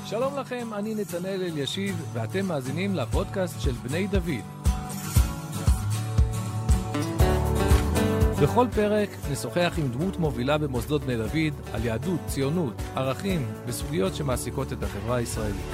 שלום לכם, אני נתנאל אלישיב, ואתם מאזינים לפודקאסט של בני דוד. בכל פרק נשוחח עם דמות מובילה במוסדות בני דוד על יהדות, ציונות, ערכים וסוגיות שמעסיקות את החברה הישראלית.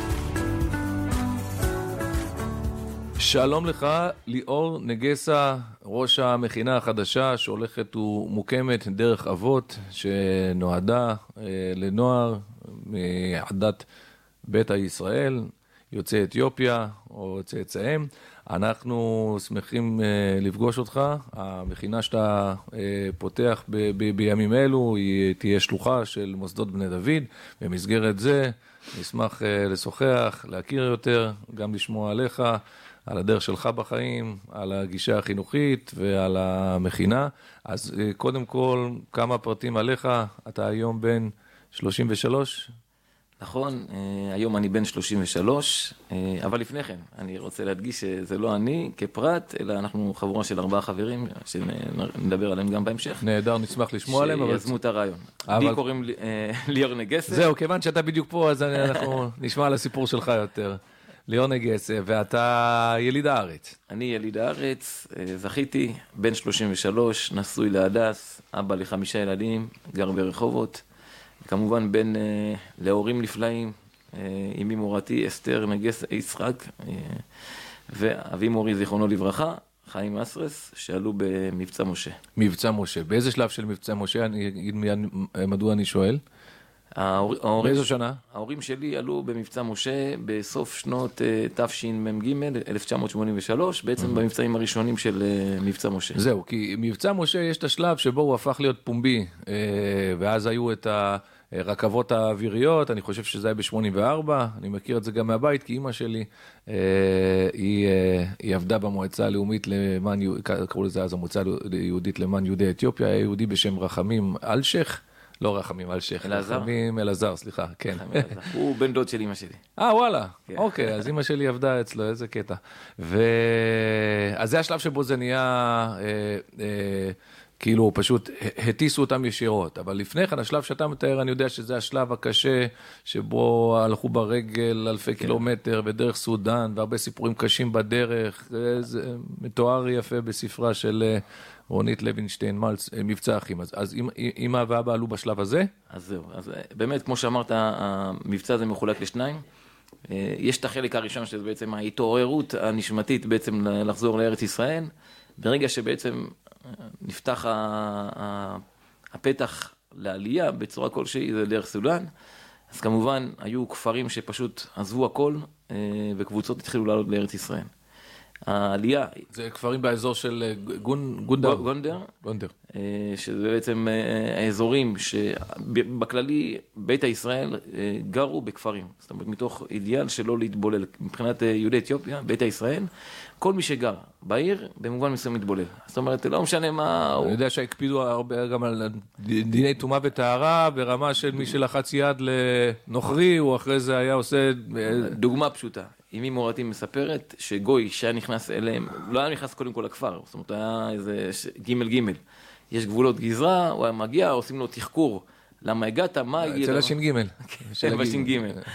שלום לך, ליאור נגסה, ראש המכינה החדשה שהולכת ומוקמת דרך אבות, שנועדה לנוער מעדת ביתא ישראל, יוצאי אתיופיה או צאצאיהם. אנחנו שמחים לפגוש אותך. המכינה שאתה פותח בימים אלו היא תהיה שלוחה של מוסדות בני דוד. במסגרת זה נשמח לשוחח, להכיר יותר, גם לשמוע עליך, על הדרך שלך בחיים, על הגישה החינוכית ועל המכינה. אז קודם כל, כמה פרטים עליך. אתה היום בן 33? נכון, היום אני בן 33, אבל לפני כן, אני רוצה להדגיש שזה לא אני כפרט, אלא אנחנו חבורה של 4 חברים, שנדבר עליהם גם בהמשך. נהדר, נשמח לשמוע עליהם. שיזמו את הרעיון. לי קוראים ליאור נגסה. זהו, כיוון שאתה בדיוק פה, אז אנחנו נשמע על הסיפור שלך יותר. ליאור נגסה, ואתה יליד הארץ. אני יליד הארץ, זכיתי, בן 33, נשוי להדס, אבא ל5 ילדים, גר ברחובות. כמובן בן להורים נפלאים, אמי מורתי אסתר נגסה יצחק, ואבי מורי זיכרונו לברכה, חיים אסרס, שעלו במבצע משה. מבצע משה, באיזה שלב של מבצע משה? אני אגיד מדוע אני שואל. באיזו שנה? ההורים שלי עלו במבצע משה בסוף שנות תשמ"ג, 1983, בעצם במבצעים הראשונים של מבצע משה. זהו, כי מבצע משה יש את השלב שבו הוא הפך להיות פומבי, ואז היו את הרכבות האוויריות, אני חושב שזה היה ב-84, אני מכיר את זה גם מהבית, כי אמא שלי, היא עבדה במועצה הלאומית למען, קראו לזה אז המועצה היהודית למען יהודי אתיופיה, היה יהודי בשם רחמים אלשך, לא רחמים אלשך, רחמים אלעזר, סליחה, כן. הוא בן דוד של אמא שלי. וואלה, אוקיי, אז אמא שלי עבדה אצלו, איזה קטע. אז זה השלב שבו זה נהיה, כאילו פשוט הטיסו אותם ישירות, אבל לפני כן, השלב שאתה מתאר, אני יודע שזה השלב הקשה, שבו הלכו ברגל אלפי קילומטר, בדרך סודן, והרבה סיפורים קשים בדרך, זה מתואר יפה בספרה של רונית לוינשטיין מלץ, מבצע אחים. אז אמא ואבא עלו בשלב הזה? אז זהו, אז באמת, כמו שאמרת, המבצע הזה מחולק לשניים. יש את החלק הראשון, שזה בעצם ההתעוררות הנשמתית בעצם לחזור לארץ ישראל. ברגע שבעצם נפתח הפתח לעלייה בצורה כלשהי, זה דרך סודן. אז כמובן, היו כפרים שפשוט עזבו הכל, וקבוצות התחילו לעלות לארץ ישראל. העלייה... זה כפרים באזור של גונדר. גונדר. שזה בעצם האזורים שבכללי ביתא ישראל גרו בכפרים. זאת אומרת, מתוך אידיאל שלא להתבולל. מבחינת יהודי אתיופיה, ביתא ישראל, כל מי שגר בעיר, במובן מסוים מתבולל. זאת אומרת, לא משנה מה... אני יודע שהקפידו הרבה גם על דיני טומאה וטהרה, ברמה של מי שלחץ יד לנוכרי, הוא אחרי זה היה עושה... דוגמה פשוטה. אמי מורתי מספרת שגוי שהיה נכנס אליהם, לא היה נכנס קודם כל לכפר, זאת אומרת, היה איזה ג' יש גבולות גזרה, הוא היה מגיע, עושים לו תחקור, למה הגעת, מה הגיע? אצל הש"ג. כן, בש"ג.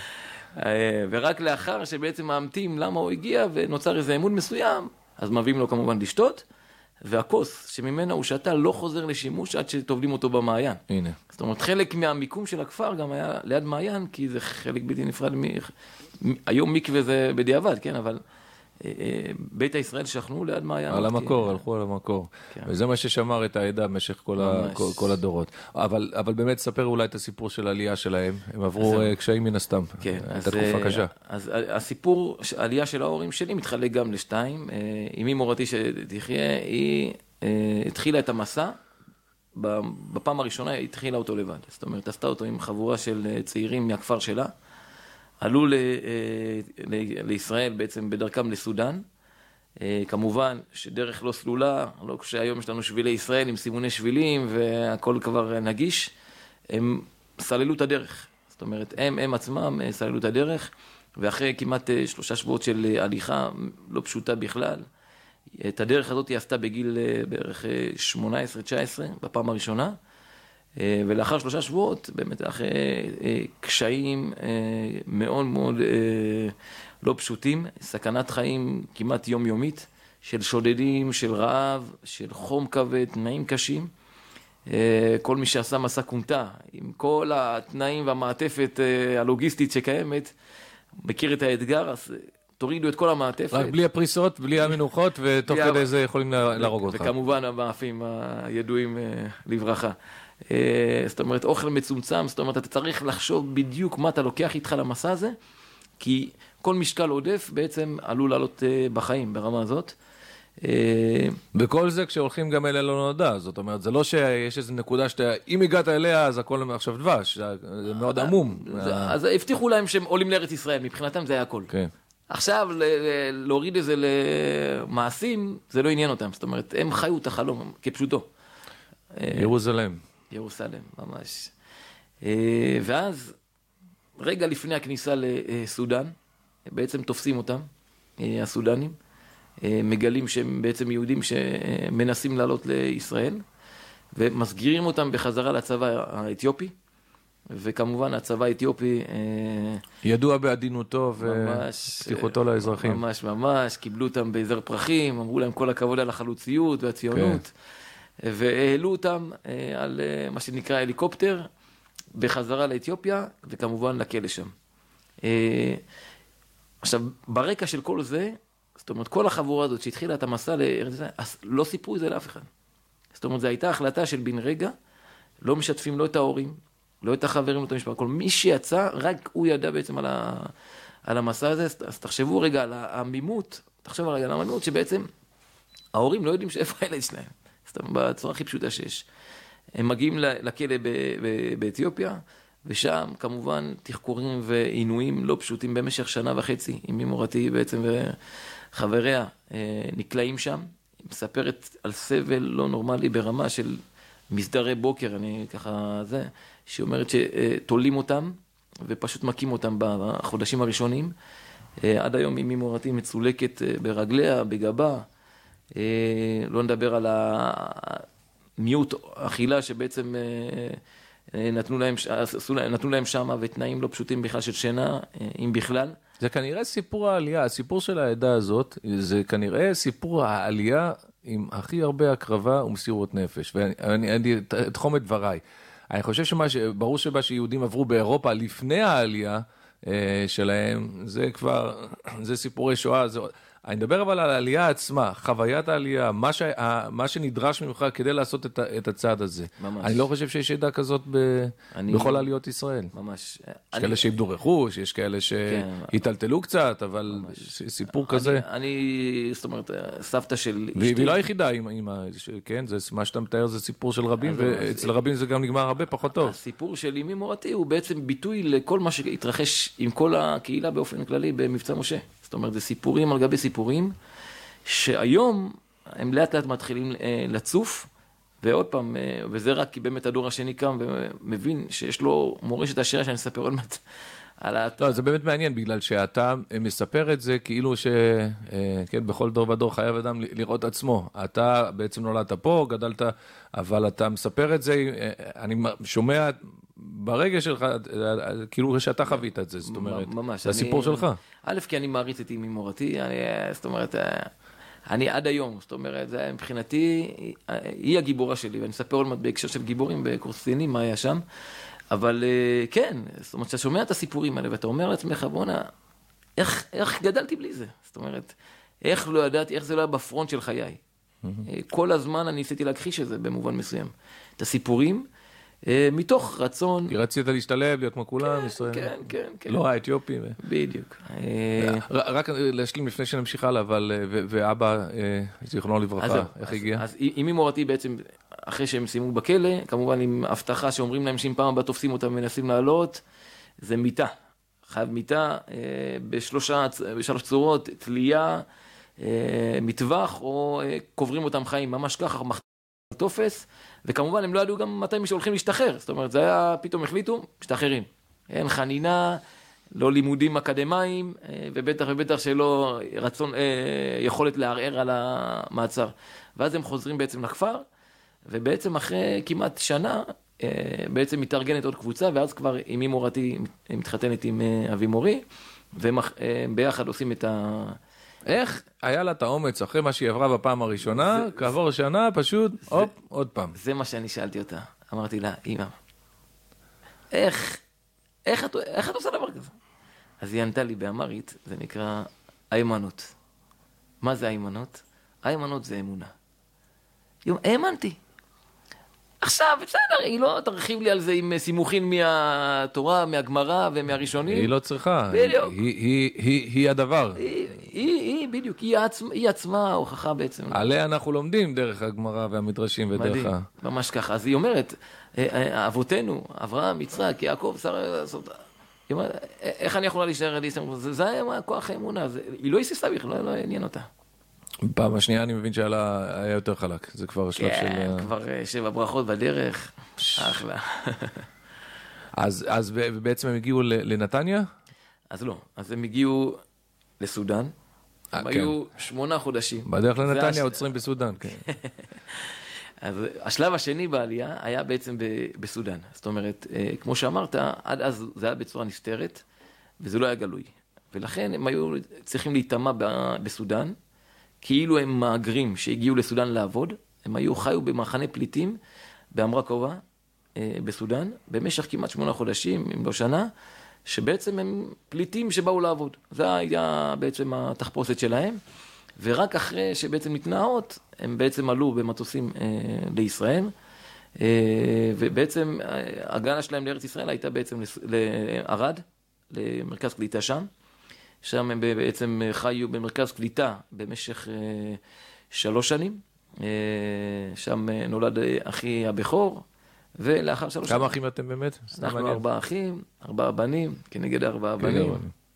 ורק לאחר שבעצם מאמתים למה הוא הגיע, ונוצר איזה אמון מסוים, אז מביאים לו כמובן לשתות, והכוס שממנה הוא שתה לא חוזר לשימוש עד שטובלים אותו במעיין. הנה. זאת אומרת, חלק מהמיקום של הכפר גם היה ליד מעיין, כי זה חלק בלתי נפרד היום מקווה זה בדיעבד, כן, אבל ביתא ישראל שכנו ליד מעיין. על המקור, הלכו על המקור. וזה מה ששמר את העדה במשך כל הדורות. אבל באמת ספר אולי את הסיפור של העלייה שלהם. הם עברו קשיים מן הסתם. כן. הייתה תקופה קשה. אז הסיפור, העלייה של ההורים שלי מתחלק גם לשתיים. אמי מורתי שתחיה, היא התחילה את המסע. בפעם הראשונה היא התחילה אותו לבד. זאת אומרת, עשתה אותו עם חבורה של צעירים מהכפר שלה. עלו לישראל בעצם בדרכם לסודן, כמובן שדרך לא סלולה, לא כשהיום יש לנו שבילי ישראל עם סימוני שבילים והכל כבר נגיש, הם סללו את הדרך, זאת אומרת הם עצמם סללו את הדרך, ואחרי כמעט 3 שבועות של הליכה לא פשוטה בכלל, את הדרך הזאת היא עשתה בגיל בערך 18-19 בפעם הראשונה, ולאחר 3 שבועות, באמת אחרי קשיים מאוד מאוד לא פשוטים, סכנת חיים כמעט יומיומית, של שודדים, של רעב, של חום כבד, תנאים קשים. כל מי שעשה מסע קונטה, עם כל התנאים והמעטפת הלוגיסטית שקיימת, מכיר את האתגר, אז תורידו את כל המעטפת. רק בלי הפריסות, בלי המנוחות, ותוך כדי זה יכולים להרוג אותך. וכמובן המאפים הידועים לברכה. זאת אומרת, אוכל מצומצם, זאת אומרת, אתה צריך לחשוב בדיוק מה אתה לוקח איתך למסע הזה, כי כל משקל עודף בעצם עלול לעלות בחיים ברמה הזאת. בכל זה כשהולכים גם אלה לא נודע, זאת אומרת, זה לא שיש איזו נקודה אם הגעת אליה, אז הכל עכשיו דבש, זה מאוד עמום. אז הבטיחו להם שהם עולים לארץ ישראל, מבחינתם זה היה הכל. עכשיו, להוריד את זה למעשים, זה לא עניין אותם, זאת אומרת, הם חיו את החלום כפשוטו. ירוסלם, ממש. ואז, רגע לפני הכניסה לסודן, בעצם תופסים אותם, הסודנים, מגלים שהם בעצם יהודים שמנסים לעלות לישראל, ומסגירים אותם בחזרה לצבא האתיופי, וכמובן הצבא האתיופי ידוע בעדינותו ופתיחותו לאזרחים. ממש, קיבלו אותם בעזר פרחים, אמרו להם כל הכבוד על החלוציות והציונות, והעלו אותם על מה שנקרא הליקופטר, בחזרה לאתיופיה, וכמובן לכלא שם. עכשיו, ברקע של כל זה, זאת אומרת, כל החבורה הזאת שהתחילה את המסע לארץ ישראל, אז לא סיפרו את זה לאף אחד. זאת אומרת, זו הייתה החלטה של בן רגע, לא משתפים לא את ההורים, לא את החברים, לא את המשפחה, כל מי שיצא, רק הוא ידע בעצם על המסע הזה, אז תחשבו רגע על העמימות, תחשבו רגע על העמימות שבעצם ההורים לא יודעים שאיפה הילד שלהם, זאת אומרת, בצורה הכי פשוטה שיש. הם מגיעים לכלא באתיופיה, ושם כמובן תחקורים ועינויים לא פשוטים במשך 1.5 שנה, עם ממורתי בעצם וחבריה נקלעים שם, היא מספרת על סבל לא נורמלי ברמה של מסדרי בוקר, אני ככה זה, שהיא אומרת שתולים אותם ופשוט מקים אותם בחודשים הראשונים, עד היום עם ממורתי מצולקת ברגליה, בגבה, לא נדבר על המיעוט אכילה שבעצם נתנו להם שם, ותנאים לא פשוטים בכלל של שינה, אם בכלל. זה כנראה סיפור העלייה, הסיפור של העדה הזאת, זה כנראה סיפור העלייה עם הכי הרבה הקרבה ומסירות נפש, ואני אתחום את דבריי. אני חושב ברור שמה שיהודים עברו באירופה לפני העלייה שלהם, זה כבר, זה סיפורי שואה, אני מדבר אבל על העלייה עצמה, חוויית העלייה, מה שנדרש ממך כדי לעשות את הצעד הזה. ממש. אני לא חושב שיש עדה כזאת בכל עליות ישראל. ממש. יש כאלה שאיבדו רכוש, יש כאלה שהתלתלו קצת, אבל סיפור כזה. זאת אומרת, סבתא של אשתי. והיא לא היחידה, כן, מה שאתה מתאר זה סיפור של רבים, ואצל רבים זה גם נגמר הרבה פחות טוב. הסיפור של אמי מורתי הוא בעצם ביטוי לכל מה שהתרחש עם כל הקהילה באופן כללי במבצע משה. זאת אומרת, זה סיפורים על גבי סיפורים, שהיום הם לאט לאט מתחילים לצוף, ועוד פעם, וזה רק כי באמת הדור השני קם ומבין שיש לו מורשת עשירה שאני אספר עוד מעט על לא, זה באמת מעניין, בגלל שאתה מספר את זה כאילו כן, בכל דור ודור חייב אדם לראות עצמו. אתה בעצם נולדת פה, גדלת, אבל אתה מספר את זה, אני שומע ברגע שלך, כאילו שאתה חווית את זה, זאת אומרת, זה הסיפור שלך. א', כי אני מעריץ את אמי מורתי, זאת אומרת, אני עד היום, זאת אומרת, זה מבחינתי, היא הגיבורה שלי, ואני אספר עוד מעט בהקשר של גיבורים בקורס קצינים, מה היה שם, אבל כן, זאת אומרת, שאתה שומע את הסיפורים האלה, ואתה אומר לעצמך, בוא'נה, איך גדלתי בלי זה? זאת אומרת, איך לא ידעתי, איך זה לא היה בפרונט של חיי? כל הזמן אני ניסיתי להכחיש את זה במובן מסוים. את הסיפורים, מתוך רצון... כי רצית להשתלב, להיות כמו כולם, ישראל. כן. לא האתיופי. בדיוק. רק להשלים לפני שנמשיך הלאה, אבל, ואבא, זיכרונו לברכה, איך הגיע? אז אמי מורתי בעצם, אחרי שהם סיימו בכלא, כמובן עם הבטחה שאומרים להם שאם פעם הבא תופסים אותם ומנסים לעלות, זה מיטה. חייב מיטה בשלוש צורות, תלייה, מטווח, או קוברים אותם חיים, ממש ככה, תופס, וכמובן הם לא ידעו גם מתי מי שהולכים להשתחרר, זאת אומרת, זה היה, פתאום החליטו, משתחררים. אין חנינה, לא לימודים אקדמיים, ובטח שלא רצון, יכולת לערער על המעצר. ואז הם חוזרים בעצם לכפר, ובעצם אחרי כמעט שנה, בעצם מתארגנת עוד קבוצה, ואז כבר אמי מורתי מתחתנת עם אבי מורי, והם ביחד עושים את ה... איך היה לה את האומץ אחרי מה שהיא עברה בפעם הראשונה, כעבור שנה פשוט, הופ, עוד פעם. זה מה שאני שאלתי אותה. אמרתי לה, אמא, איך את עושה דבר כזה? אז היא ענתה לי באמרית, זה נקרא האמנות. מה זה האמנות? האמנות זה אמונה. האמנתי. עכשיו, בסדר, היא לא תרחיב לי על זה עם סימוכין מהתורה, מהגמרא ומהראשונים. היא לא צריכה. בדיוק. היא הדבר. היא בדיוק, היא עצמה ההוכחה בעצם. עליה אנחנו לומדים דרך הגמרא והמדרשים ודרך מדהים, ממש ככה. אז היא אומרת, אבותינו, אברהם, יצחק, יעקב, שרה, היא אומרת, איך אני יכולה להישאר עדי? זה היה כוח האמונה, היא לא היססה בכלל, לא עניין אותה. פעם השנייה אני מבין היה יותר חלק, זה כבר שלב של... כן, כבר 7 ברכות בדרך, אחלה. אז בעצם הם הגיעו לנתניה? אז לא, אז הם הגיעו לסודן, הם היו 8 חודשים. בדרך לנתניה עוצרים בסודן, כן. אז השלב השני בעלייה היה בעצם בסודן. זאת אומרת, כמו שאמרת, עד אז זה היה בצורה נסתרת, וזה לא היה גלוי. ולכן הם היו צריכים להתאמה בסודן, כאילו הם מהגרים שהגיעו לסודן לעבוד, הם חיו במחנה פליטים באמרה-קובה, בסודן, במשך כמעט 8 חודשים, אם לא שנה, שבעצם הם פליטים שבאו לעבוד. זה היה בעצם התחפושת שלהם, ורק אחרי שבעצם מתנאות, הם בעצם עלו במטוסים לישראל, ובעצם הגנה שלהם לארץ ישראל הייתה בעצם לערד, למרכז קליטה שם. שם הם בעצם חיו במרכז קליטה במשך 3 שנים. שם נולד אחי הבכור, ולאחר 3 שנים... כמה אחים אתם באמת? אנחנו 4 אחים, 4 בנים, כנגד 4 בנים.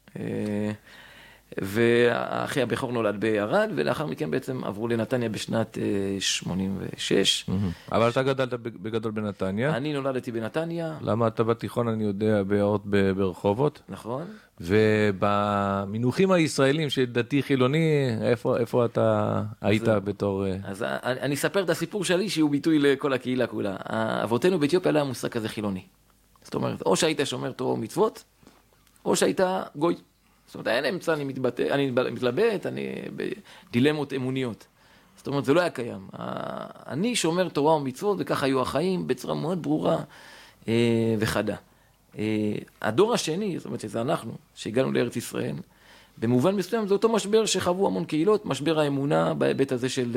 והאחי הבכור נולד בערד, ולאחר מכן בעצם עברו לנתניה בשנת 86. אבל אתה גדלת בגדול בנתניה. אני נולדתי בנתניה. למה אתה בתיכון, אני יודע, ביערות ברחובות? נכון. ובמינוחים הישראלים של דתי חילוני, איפה אתה היית בתור... אז אני אספר את הסיפור שלי, שהוא ביטוי לכל הקהילה כולה. אבותינו באתיופיה לא היה מושג כזה חילוני. זאת אומרת, או שהיית שומר תורה ומצוות, או שהיית גוי. זאת אומרת, אין אמצע, אני מתלבט, אני בדילמות אמוניות. זאת אומרת, זה לא היה קיים. אני שומר תורה ומצוות, וככה היו החיים בצורה מאוד ברורה וחדה. הדור השני, זאת אומרת שזה אנחנו, שהגענו לארץ ישראל, במובן מסוים זה אותו משבר שחוו המון קהילות, משבר האמונה בהיבט הזה של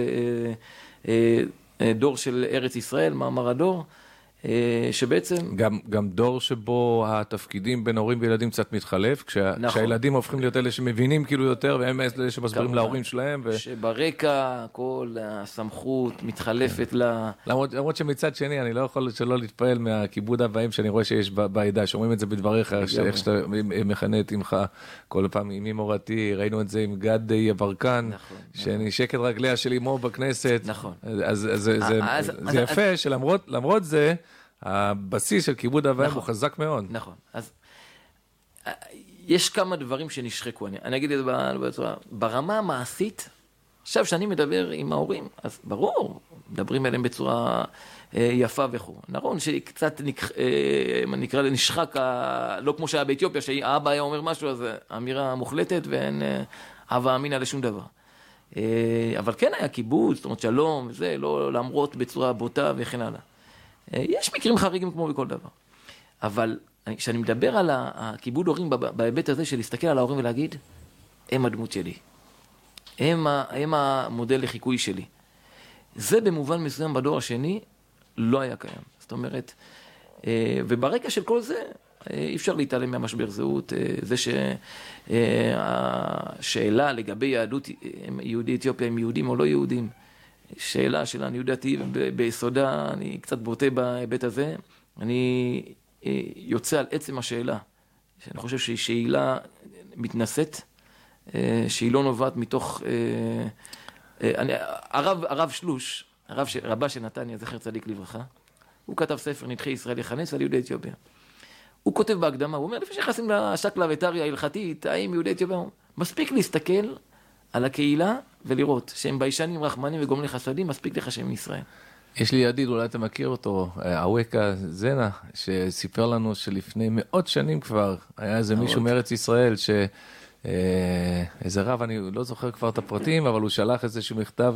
דור של ארץ ישראל, מאמר הדור, שבעצם... גם דור שבו התפקידים בין הורים וילדים קצת מתחלף, כשהילדים הופכים להיות אלה שמבינים כאילו יותר, והם אלה שמסבירים להורים שלהם. שברקע כל הסמכות מתחלפת למרות שמצד שני, אני לא יכול שלא להתפעל מהכיבוד הבאים שאני רואה שיש בעדה, שאומרים את זה בדבריך, איך שאתה מכנה את אמך כל פעם, אמי מורתי, ראינו את זה עם גד יברקן, שנשק את רגליה של אמו בכנסת. נכון. אז זה יפה שלמרות זה, הבסיס של כיבוד אב ואם הוא חזק מאוד. נכון. אז יש כמה דברים שנשחקו. אני אגיד את זה בצורה. ברמה המעשית, עכשיו שאני מדבר עם ההורים, אז ברור, מדברים אליהם בצורה יפה וכו'. נכון שקצת נקרא לנשחק, לא כמו שהיה באתיופיה, שהאבא היה אומר משהו, אז אמירה מוחלטת ואין אהבה אמינה לשום דבר. אבל כן היה כיבוד, זאת אומרת שלום, זה לא למרות בצורה בוטה וכן הלאה. יש מקרים חריגים כמו בכל דבר. אבל כשאני מדבר על הכיבוד הורים בהיבט הזה של להסתכל על ההורים ולהגיד, הם הדמות שלי. הם המודל לחיקוי שלי. זה במובן מסוים בדור השני לא היה קיים. זאת אומרת, וברקע של כל זה, אי אפשר להתעלם מהמשבר זהות, זה שהשאלה לגבי יהדות, יהודי אתיופיה הם יהודים או לא יהודים, שאלה של אני יודעתי ביסודה, אני קצת בוטה בהיבט הזה, אני יוצא על עצם השאלה, שאני חושב שהיא שאלה מתנשאת, שהיא לא נובעת מתוך, הרב שלוש, רבה של נתניה, זכר צדיק לברכה, הוא כתב ספר נדחי ישראל יכנס על יהודי אתיופיה. הוא כותב בהקדמה, הוא אומר, לפני שנכנסים לשקלא וטריא ההלכתית, האם יהודי אתיופיה, מספיק להסתכל על הקהילה ולראות שהם ביישנים, רחמנים וגומלי חסדים, מספיק לך שהם ישראל. יש לי ידיד, אולי אתה מכיר אותו, אווקה זנה, שסיפר לנו שלפני מאות שנים כבר, היה איזה מישהו מארץ ישראל, איזה רב, אני לא זוכר כבר את הפרטים, אבל הוא שלח איזשהו מכתב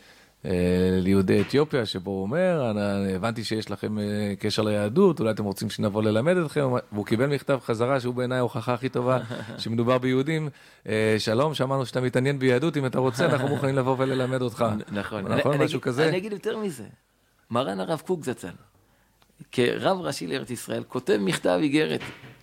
ליהודי אתיופיה, שבו הוא אומר, אני הבנתי שיש לכם קשר ליהדות, אולי אתם רוצים שנבוא ללמד אתכם, והוא קיבל מכתב חזרה, שהוא בעיניי ההוכחה הכי טובה, שמדובר ביהודים, שלום, שמענו שאתה מתעניין ביהדות, אם אתה רוצה, אנחנו מוכנים לבוא וללמד אותך. נכון, משהו כזה? אני אגיד יותר מזה, מרן הרב קוק זצ"ל, כרב ראשי לארץ ישראל, כותב מכתב איגרת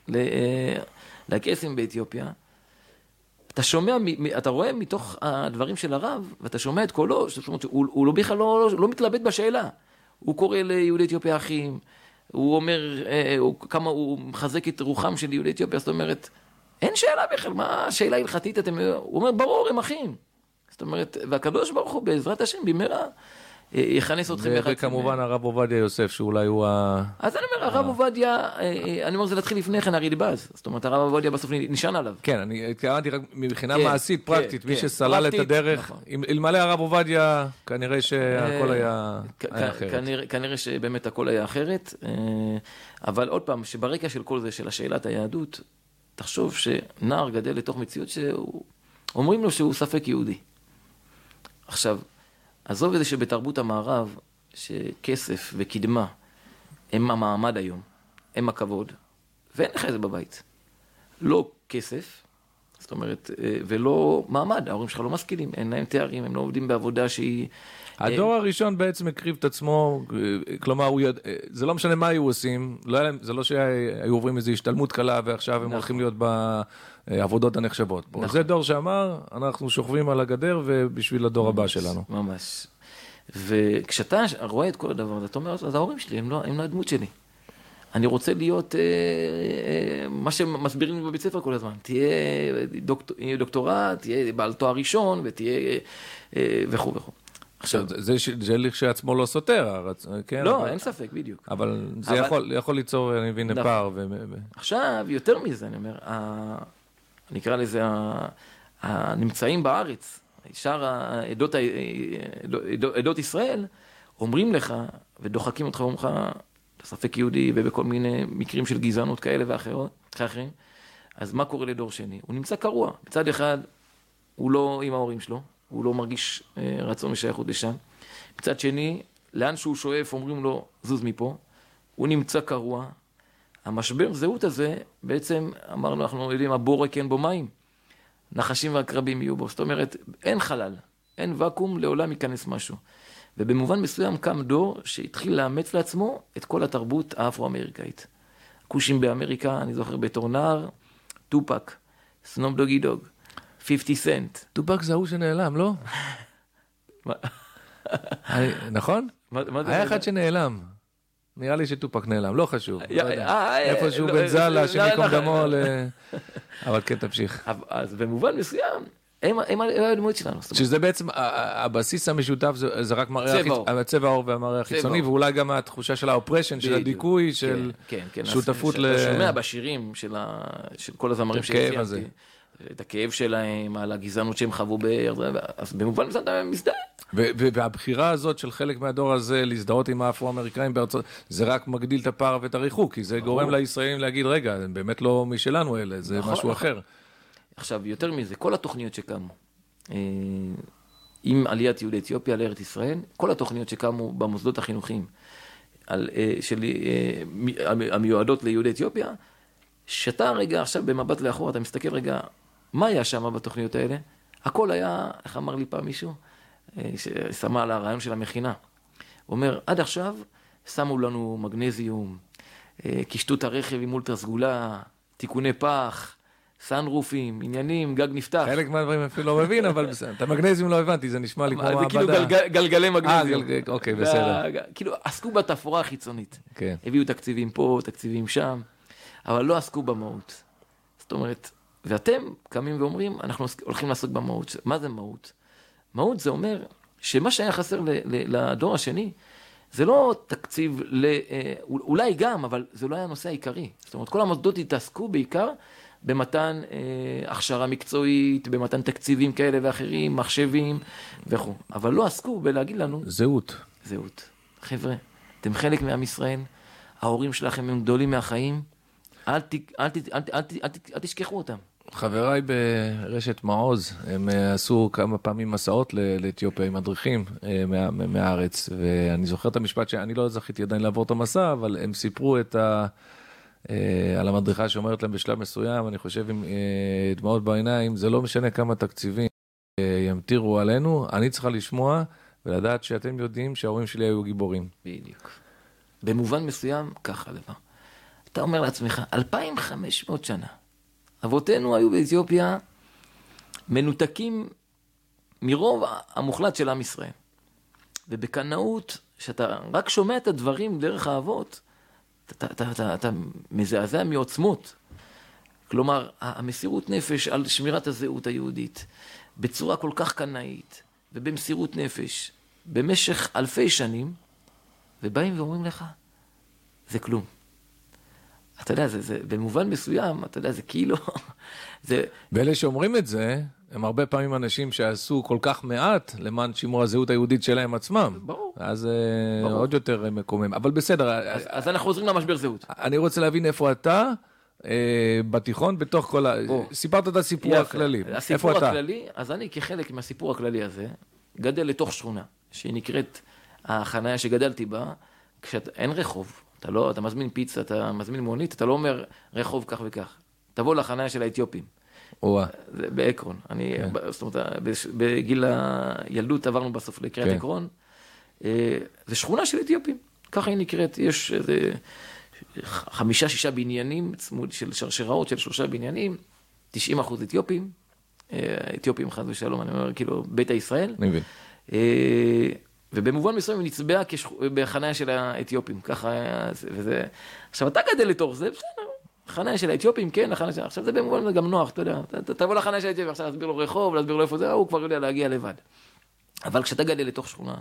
לקייסים באתיופיה, אתה שומע, אתה רואה מתוך הדברים של הרב, ואתה שומע את קולו, זאת אומרת, הוא בכלל לא מתלבט בשאלה. הוא קורא ליהודי אתיופיה אחים, הוא אומר, כמה הוא מחזק את רוחם של יהודי אתיופיה, זאת אומרת, אין שאלה בכלל, מה השאלה ההלכתית? הוא אומר, ברור, הם אחים. זאת אומרת, והקדוש ברוך הוא בעזרת השם, במהרה, יכנס אתכם יחד. וכמובן הרב עובדיה יוסף, שאולי הוא אז אני אומר, הרב עובדיה, אני אומר, זה להתחיל לפני כן, הרי ליבז. זאת אומרת, הרב עובדיה בסוף נשען עליו. כן, אני התכוונתי רק מבחינה מעשית, פרקטית, מי שסלל את הדרך, אלמלא הרב עובדיה, כנראה שהכל היה אחרת. כנראה שבאמת הכל היה אחרת, אבל עוד פעם, שברקע של כל זה, של השאלת היהדות, תחשוב שנער גדל לתוך מציאות שאומרים לו שהוא ספק יהודי. עכשיו, עזוב את זה שבתרבות המערב, שכסף וקדמה הם המעמד היום, הם הכבוד, ואין לך את זה בבית. לא כסף, זאת אומרת, ולא מעמד, ההורים שלך לא משכילים, אין להם תארים, הם לא עובדים בעבודה שהיא... הדור הראשון בעצם הקריב את עצמו, כלומר, זה לא משנה מה היו עושים, זה לא שהיו עוברים איזו השתלמות קלה, ועכשיו הם הולכים להיות בעבודות הנחשבות. זה דור שאמר, אנחנו שוכבים על הגדר, ובשביל הדור הבא שלנו. ממש. וכשאתה רואה את כל הדבר הזה, אתה אומר, אז ההורים שלי, הם לא הדמות שלי. אני רוצה להיות מה שמסבירים בבית ספר כל הזמן. תהיה דוקטורט, תהיה בעל תואר ראשון, ותהיה וכו' וכו'. עכשיו, זה לכשעצמו לא סותר, כן? לא, אין ספק, בדיוק. אבל זה יכול ליצור, אני מבין, פער. עכשיו, יותר מזה, אני אומר, נקרא לזה, הנמצאים בארץ, שאר עדות ישראל, אומרים לך, ודוחקים אותך ואומרים לך, אתה ספק יהודי, ובכל מיני מקרים של גזענות כאלה ואחרים, אז מה קורה לדור שני? הוא נמצא קרוע. בצד אחד, הוא לא עם ההורים שלו, הוא לא מרגיש רצון ושייכות לשם. בצד שני, לאן שהוא שואף, אומרים לו, זוז מפה. הוא נמצא קרוע. המשבר זהות הזה, בעצם, אמרנו, אנחנו יודעים, הבורק אין בו מים. נחשים והקרבים יהיו בו. זאת אומרת, אין חלל, אין וקום, לעולם ייכנס משהו. ובמובן מסוים קם דור שהתחיל לאמץ לעצמו את כל התרבות האפרו-אמריקאית. כושים באמריקה, אני זוכר בתור נער, טופק, סנופ דוגי דוג, 50 סנט. טופק זה ההוא שנעלם, לא? נכון? היה אחד שנעלם. נראה לי שטופק נעלם, לא חשוב. איפשהו בן זלה, שמיקום דמו, אבל כן תמשיך. אז במובן מסוים, הם הדמות שלנו. שזה בעצם, הבסיס המשותף זה רק צבע העור והמראה החיצוני, ואולי גם התחושה של האופרשן, של הדיכוי, של שותפות ל... אתה שומע בשירים של כל הזמרים שציינתי, את הכאב שלהם, על הגזענות שהם חוו בארץ, אז במובן מסוים אתה מזדהה. והבחירה הזאת של חלק מהדור הזה להזדהות עם האפרו-אמריקאים בארצות, זה רק מגדיל את הפער ואת הריחוק, כי זה גורם לישראלים להגיד, רגע, הם באמת לא משלנו אלה, זה משהו אחר. עכשיו, יותר מזה, כל התוכניות שקמו, עם עליית יהודי אתיופיה לארץ ישראל, כל התוכניות שקמו במוסדות החינוכיים, המיועדות ליהודי אתיופיה, שאתה רגע עכשיו במבט לאחור, אתה מסתכל רגע, מה היה שם בתוכניות האלה? הכל היה, איך אמר לי פעם מישהו, ששמה על הרעיון של המכינה. הוא אומר, עד עכשיו שמו לנו מגנזיום, קישטו את הרכב עם אולטרה סגולה, תיקוני פח, סאנרופים, עניינים, גג נפתח. חלק מהדברים אפילו לא מבין, אבל בסדר. את המגנזיום לא הבנתי, זה נשמע לי כמו מעבדה. זה כאילו גלגלי מגנזיום. אוקיי, בסדר. כאילו, עסקו בתפאורה החיצונית. כן. הביאו תקציבים פה, תקציבים שם, אבל לא עסקו במהות. זאת אומרת, ואתם קמים ואומרים, אנחנו הולכים לעסוק במהות. מה זה מהות? מהות זה אומר שמה שהיה חסר לדור השני, זה לא תקציב, אולי גם, אבל זה לא היה הנושא העיקרי. זאת אומרת, כל המוסדות התעסקו בעיקר במתן הכשרה מקצועית, במתן תקציבים כאלה ואחרים, מחשבים וכו'. אבל לא עסקו בלהגיד לנו... זהות. זהות. חבר'ה, אתם חלק מעם ישראל, ההורים שלכם הם גדולים מהחיים, אל תשכחו אותם. חבריי ברשת מעוז, הם עשו כמה פעמים מסעות לאתיופיה עם מדריכים מהארץ, ואני זוכר את המשפט שאני לא זכיתי עדיין לעבור את המסע, אבל הם סיפרו על המדריכה שאומרת להם בשלב מסוים, אני חושב עם דמעות בעיניים, זה לא משנה כמה תקציבים ימטירו עלינו, אני צריכה לשמוע ולדעת שאתם יודעים שההורים שלי היו גיבורים. בדיוק. במובן מסוים, ככה דבר. אתה אומר לעצמך, 2500 שנה, אבותינו היו באתיופיה מנותקים מרוב המוחלט של עם ישראל. ובקנאות, שאתה רק שומע את הדברים דרך האבות, אתה מזעזע מעוצמות. כלומר, המסירות נפש על שמירת הזהות היהודית, בצורה כל כך קנאית, ובמסירות נפש, במשך אלפי שנים, ובאים ואומרים לך, זה כלום. אתה יודע, זה במובן מסוים, אתה יודע, זה כאילו... ואלה שאומרים את זה, הם הרבה פעמים אנשים שעשו כל כך מעט למען שימור הזהות היהודית שלהם עצמם. ברור. אז עוד יותר מקומם. אבל בסדר. אז אנחנו חוזרים למשבר זהות. אני רוצה להבין איפה אתה, בתיכון, בתוך כל סיפרת את הסיפור הכללי. הסיפור הכללי, אז אני כחלק מהסיפור הכללי הזה, גדל לתוך שכונה, שהיא נקראת החניה שגדלתי בה, כשאין רחוב. אתה מזמין פיצה, אתה מזמין מונית, אתה לא אומר רחוב כך וכך. תבוא לחניה של האתיופים. באקרון. זאת אומרת, בגיל הילדות עברנו בסוף לקריית אקרון. זה שכונה של אתיופים. ככה היא נקראת. יש 5-6 בניינים, של שרשראות של 3 בניינים, 90% אתיופים. אתיופים חד ושלום, אני אומר, כאילו, ביתא ישראל. אני מבין. ובמובן מסוים היא נצבעה בחניה של האתיופים, ככה, וזה... עכשיו, אתה גדל לתוך זה, בסדר, חניה של האתיופים, כן, החניה של... עכשיו, זה במובן גם נוח, אתה יודע, תבוא לחניה של האתיופים, עכשיו להסביר לו רחוב, להסביר לו איפה זה, הוא כבר יודע להגיע לבד. אבל כשאתה גדל לתוך שכונה,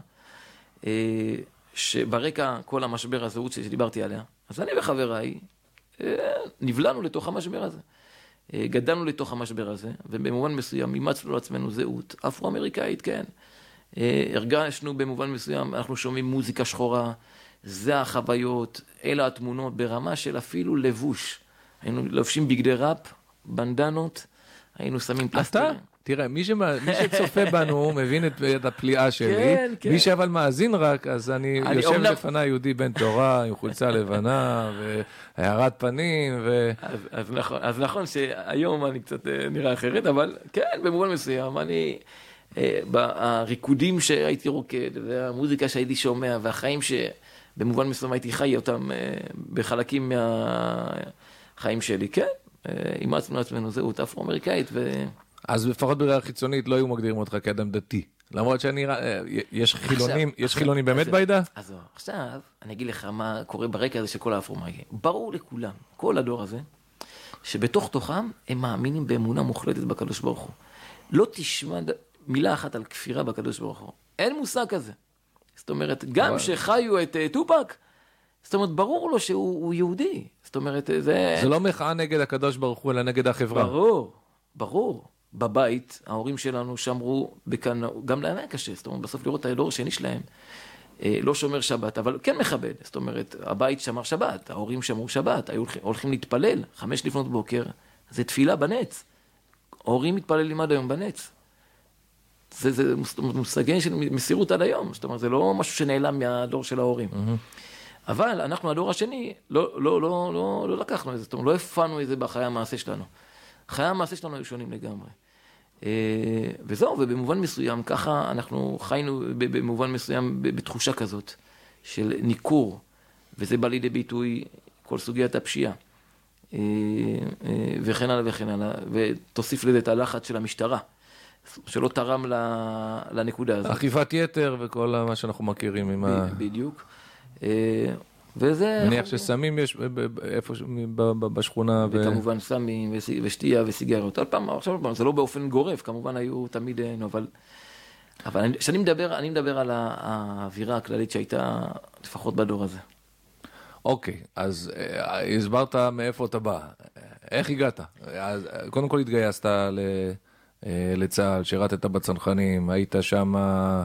שברקע כל המשבר הזהות שדיברתי עליה, אז אני וחבריי נבלענו לתוך המשבר הזה. גדלנו לתוך המשבר הזה, ובמובן מסוים אימצנו לעצמנו זהות, אפרו-אמריקאית, כן. הרגשנו במובן מסוים, אנחנו שומעים מוזיקה שחורה, זה החוויות, אלה התמונות, ברמה של אפילו לבוש. היינו לובשים בגדי ראפ, בנדנות, היינו שמים פלסטר. אתה? תראה, מי שצופה בנו מבין את הפליאה שלי. כן, כן. מי שאבל מאזין רק, אז אני יושב לפני יהודי בן תורה, עם חולצה לבנה, והערת פנים, אז נכון שהיום אני קצת נראה אחרת, אבל כן, במובן מסוים, אני... בריקודים שהייתי רוקד, והמוזיקה שהייתי שומע, והחיים שבמובן מסוים הייתי חי אותם בחלקים מהחיים שלי, כן, אימצנו לעצמנו זהות אפרו-אמריקאית. אז לפחות בראייה חיצונית לא היו מגדירים אותך כאדם דתי, למרות יש חילונים באמת בעדה? אז עכשיו אני אגיד לך מה קורה ברקע הזה של כל האפרו-אמריקאים. ברור לכולם, כל הדור הזה, שבתוך תוכם הם מאמינים באמונה מוחלטת בקדוש ברוך הוא. לא תשמע מילה אחת על כפירה בקדוש ברוך הוא. אין מושג כזה. זאת אומרת, גם שחיו את טופק, זאת אומרת, ברור לו שהוא יהודי. זאת אומרת, זה לא מחאה נגד הקדוש ברוך הוא, אלא נגד החברה. ברור. בבית, ההורים שלנו שמרו בקנאות, גם להם היה קשה. זאת אומרת, בסוף לראות את הדור השני שלהם, לא שומר שבת, אבל כן מכבד. זאת אומרת, הבית שמר שבת, ההורים שמרו שבת, היו הולכים להתפלל, 5 לפנות בוקר, זה תפילה בנץ. ההורים מתפללים עד היום בנץ. זה מושגים של מסירות עד היום, זאת אומרת, זה לא משהו שנעלם מהדור של ההורים. אבל אנחנו, הדור השני, לא לקחנו את זה, זאת אומרת, לא הפענו את זה בחיי המעשה שלנו. חיי המעשה שלנו היו שונים לגמרי. וזהו, ובמובן מסוים, ככה אנחנו חיינו במובן מסוים בתחושה כזאת של ניכור, וזה בא לידי ביטוי כל סוגיית הפשיעה. וכן הלאה וכן הלאה, ותוסיף לזה את הלחץ של המשטרה. שלא תרם לנקודה הזאת. אכיפת יתר וכל מה שאנחנו מכירים עם בדיוק. וזה... מניח שסמים יש איפה בשכונה. וכמובן סמים ושתייה וסיגריות. עכשיו, זה לא באופן גורף, כמובן היו תמיד, אבל אני מדבר על האווירה הכללית שהייתה לפחות בדור הזה. אוקיי, אז הסברת מאיפה אתה בא. איך הגעת? קודם כל התגייסת לצה"ל, שירתת בצנחנים, היית שם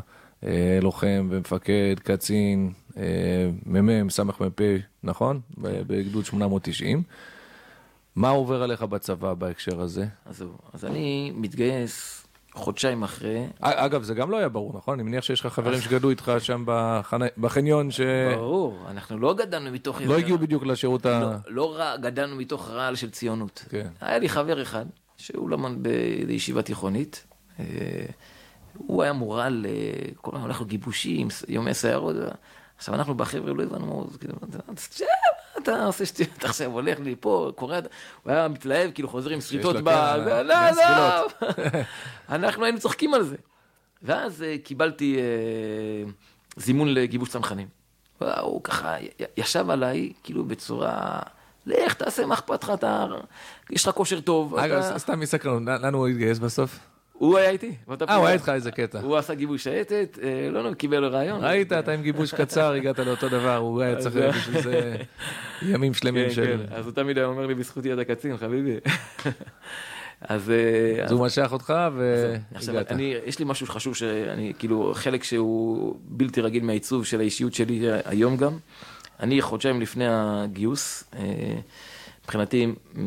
לוחם ומפקד, קצין, מ"מ, סמ"פ, נכון? בגדוד 890. מה עובר עליך בצבא בהקשר הזה? אז אני מתגייס חודשיים אחרי. אגב, זה גם לא היה ברור, נכון? אני מניח שיש לך חברים שגדלו איתך שם בחניון ברור, אנחנו לא גדלנו מתוך... לא הגיעו בדיוק לשירות לא גדלנו מתוך רעל של ציונות. כן. היה לי חבר אחד, שהוא למד בישיבה תיכונית, הוא היה מורל, כל הזמן הולך לו גיבושים, יומי סיירות, עכשיו אנחנו בחבר'ה לא הבנו, אתה עושה שטויות עכשיו, הולך לי פה, קורא, הוא היה מתלהב, כאילו חוזר עם שריטות לא, אנחנו היינו צוחקים על זה. ואז קיבלתי זימון לגיבוש צנחנים. הוא ככה ישב עליי, כאילו בצורה, לך תעשה מה אכפת לך, יש לך כושר טוב. אגב, סתם מסקרנות, לנו הוא התגייס בסוף? הוא היה איתי. הוא היה איתך איזה קטע. הוא עשה גיבוש שייטת, לא קיבל לו רעיון. ראית, אתה עם גיבוש קצר, הגעת לאותו דבר, הוא היה צריך בשביל זה ימים שלמים של... אז הוא תמיד היה אומר לי, בזכותי אתה קצין, חביבי. אז הוא משך אותך והגעת. יש לי משהו חשוב, שאני כאילו, חלק שהוא בלתי רגיל מהעיצוב של האישיות שלי היום גם. אני חודשיים לפני הגיוס, מבחינתי,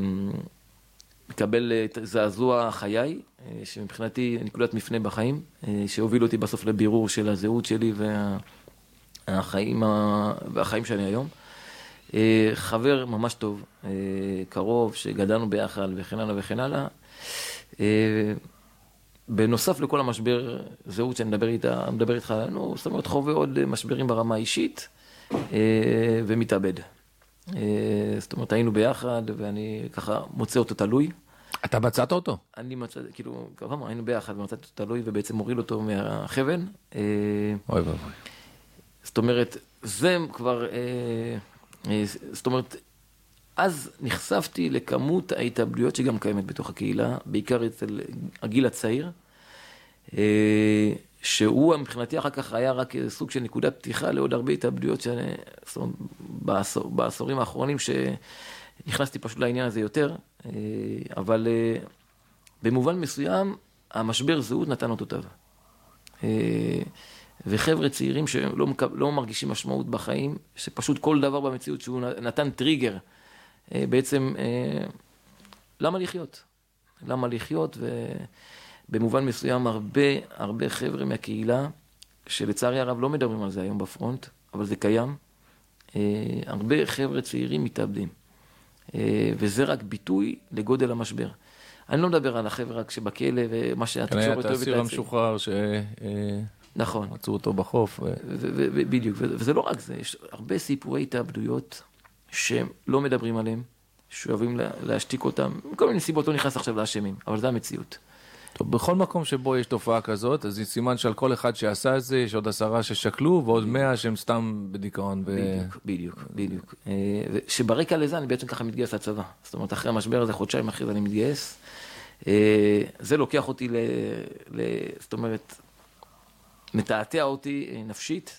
מקבל את זעזוע חיי, שמבחינתי נקודת מפנה בחיים, שהוביל אותי בסוף לבירור של הזהות שלי והחיים שאני היום. חבר ממש טוב, קרוב, שגדלנו ביחד וכן הלאה וכן הלאה. בנוסף לכל המשבר זהות שאני מדבר איתך, זאת אומרת, חווה עוד משברים ברמה האישית ומתאבד. זאת אומרת, היינו ביחד, ואני ככה מוצא אותו תלוי. אתה מצאת אותו? אני מצאתי, כאילו, כמה, היינו ביחד, ומצאתי אותו תלוי, ובעצם מוריד אותו מהחבל. אוי ואבוי. זאת אומרת, זה כבר, זאת אומרת, אז נחשפתי לכמות ההתאבדויות שגם קיימת בתוך הקהילה, בעיקר אצל הגיל הצעיר, שהוא מבחינתי אחר כך היה רק סוג של נקודת פתיחה לעוד הרבה התאבדויות בעשורים האחרונים שנכנסתי פשוט לעניין הזה יותר, אבל במובן מסוים המשבר זהות נתן אותותיו. וחבר'ה צעירים שלא מרגישים משמעות בחיים, שפשוט כל דבר במציאות שהוא נתן טריגר, בעצם למה לחיות? למה לחיות? במובן מסוים הרבה חבר'ה מהקהילה, שלצערי הרב לא מדברים על זה היום בפרונט, אבל זה קיים, הרבה חבר'ה צעירים מתאבדים. וזה רק ביטוי לגודל המשבר. אני לא מדבר על החבר'ה רק שבכלא ומה שהתקשורת אוהבת להציג. האסיר המשוחרר נכון. מצאו אותו בחוף. בדיוק, וזה לא רק זה, יש הרבה סיפורי התאבדויות שלא מדברים עליהם, שאוהבים להשתיק אותם, כל מיני סיבות לא נכנס עכשיו לאשמים, אבל זה המציאות. טוב, בכל מקום שבו יש תופעה כזאת, אז יש סימן שעל כל אחד שעשה את זה, יש עוד 10 ששקלו, ועוד 100 שהם סתם בדיכאון. בדיוק. שברקע לזה אני בעצם ככה מתגייס לצבא. זאת אומרת, אחרי המשבר הזה, חודשיים אחרי זה אני מתגייס. זה לוקח אותי זאת אומרת, מתעתע אותי נפשית,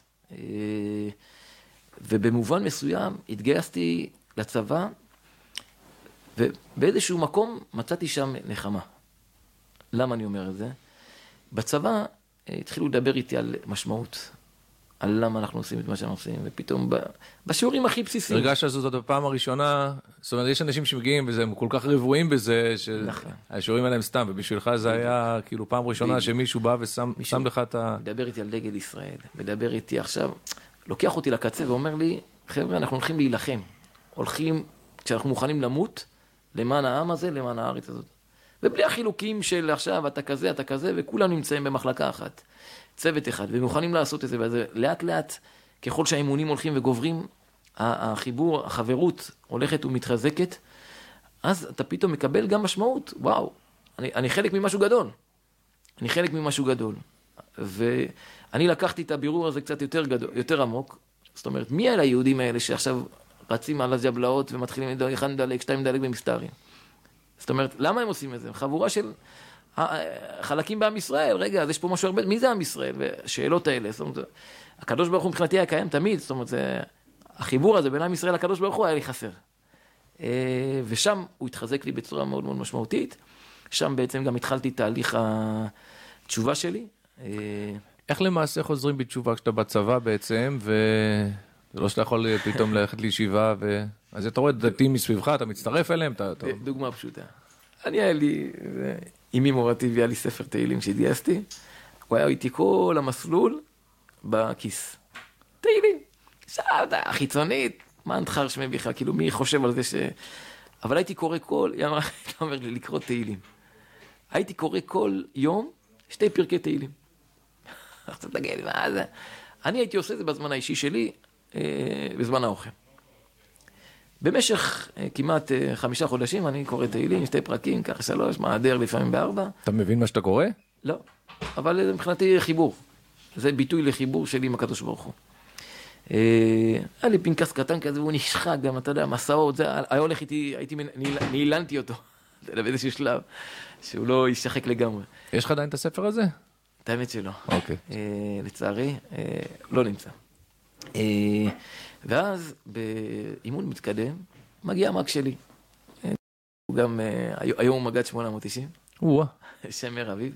ובמובן מסוים התגייסתי לצבא, ובאיזשהו מקום מצאתי שם נחמה. למה אני אומר את זה? בצבא התחילו לדבר איתי על משמעות, על למה אנחנו עושים את מה שאנחנו עושים, ופתאום בשיעורים הכי בסיסיים. הרגשת זאת בפעם הראשונה, זאת אומרת, יש אנשים שמגיעים וזה, הם כל כך רבועים בזה, שהשיעורים עליהם סתם, ובשבילך זה היה כאילו פעם ראשונה שמישהו בא ושם לך את ה... מדבר איתי על דגל ישראל, מדבר איתי עכשיו, לוקח אותי לקצה ואומר לי, חבר'ה, אנחנו הולכים להילחם, כשאנחנו מוכנים למות, למען העם הזה, למען הארץ הזאת. ובלי החילוקים של עכשיו, אתה כזה, וכולם נמצאים במחלקה אחת, צוות אחד, ומוכנים לעשות את זה, וזה לאט לאט, ככל שהאימונים הולכים וגוברים, החיבור, החברות הולכת ומתחזקת, אז אתה פתאום מקבל גם משמעות, וואו, אני חלק ממשהו גדול. ואני לקחתי את הבירור הזה קצת יותר עמוק, זאת אומרת, מי אלה היהודים האלה שעכשיו רצים על הג'בלאות ומתחילים לדלג, 1 דלג, 2 דלג במסתרים? זאת אומרת, למה הם עושים את זה? חבורה של חלקים בעם ישראל, רגע, אז יש פה משהו הרבה, מי זה עם ישראל? והשאלות האלה, זאת אומרת, הקדוש ברוך הוא מבחינתי היה קיים תמיד, זאת אומרת, החיבור הזה בין עם ישראל לקדוש ברוך הוא היה לי חסר. ושם הוא התחזק לי בצורה מאוד מאוד משמעותית, שם בעצם גם התחלתי תהליך התשובה שלי. איך למעשה חוזרים בתשובה כשאתה בצבא בעצם, וזה לא שאתה יכול פתאום ללכת לישיבה, אז אתה רואה דתיים מסביבך, אתה מצטרף אליהם, דוגמה פשוטה. היה לי, אמי מורתי והיה לי ספר תהילים שהתגייסתי, הוא היה איתי כל המסלול בכיס. תהילים. שעדה, חיצונית, מה נתחר שמי בכלל, כאילו מי חושב על זה אבל הייתי קורא היא אומרת לי לקרוא תהילים. הייתי קורא כל יום 2 פרקי תהילים. עכשיו תגיד, מה זה? אני הייתי עושה את זה בזמן האישי שלי, בזמן האוכל. במשך כמעט 5 חודשים אני קורא תהילים, 2 פרקים, ככה 3, מעדר לפעמים ב4. אתה מבין מה שאתה קורא? לא, אבל מבחינתי חיבור. זה ביטוי לחיבור שלי עם הקדוש ברוך הוא. היה לי פנקס קטן כזה, והוא נשחק גם, אתה יודע, מסעות, זה היה הולך איתי, נעילנתי אותו, באיזשהו שלב, שהוא לא ישחק לגמרי. יש לך עדיין את הספר הזה? את האמת שלא. אוקיי. לצערי, לא נמצא. ואז באימון מתקדם, מגיע המאג שלי. הוא גם, היום הוא מגד 890. שמר אביב.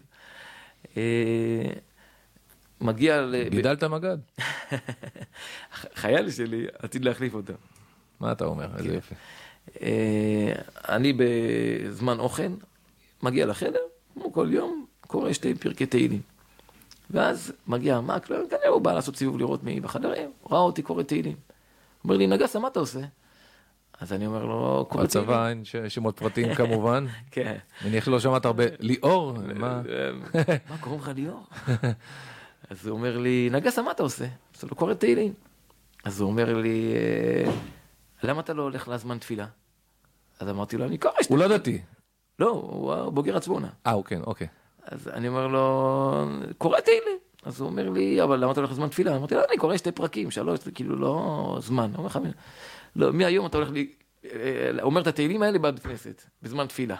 מגיע גידלת מגד? חייל שלי, עתיד להחליף אותה. מה אתה אומר? איזה יופי. אני בזמן אוכל, מגיע לחדר, כמו כל יום, קורא 2 פרקי תהילים. ואז מגיע המאק, כנראה הוא בא לעשות סיבוב לראות מי בחדרים, ראה אותי קורא תהילים. אומר לי, נגסה, מה אתה עושה? אז אני אומר לו, קורא תהילים. בצבא אין שמות פרטיים כמובן. כן. מניח שלא שמעת הרבה, ליאור? מה קוראים לך ליאור? אז הוא אומר לי, נגסה, מה אתה עושה? אז הוא קורא תהילים. אז הוא אומר לי, למה אתה לא הולך לזמן תפילה? אז אמרתי לו, אני קורא. הוא לא דתי. לא, הוא בוגר עצמונה. אוקיי. אז אני אומר לו, קורא תהילים. אז הוא אומר לי, אבל למה אתה הולך לזמן תפילה? אמרתי לו, אני קורא 2 פרקים, 3, זה כאילו לא זמן. הוא אומר לך, לא, מהיום אתה הולך לי, אומר את התהילים האלה בבית כנסת, בזמן תפילה.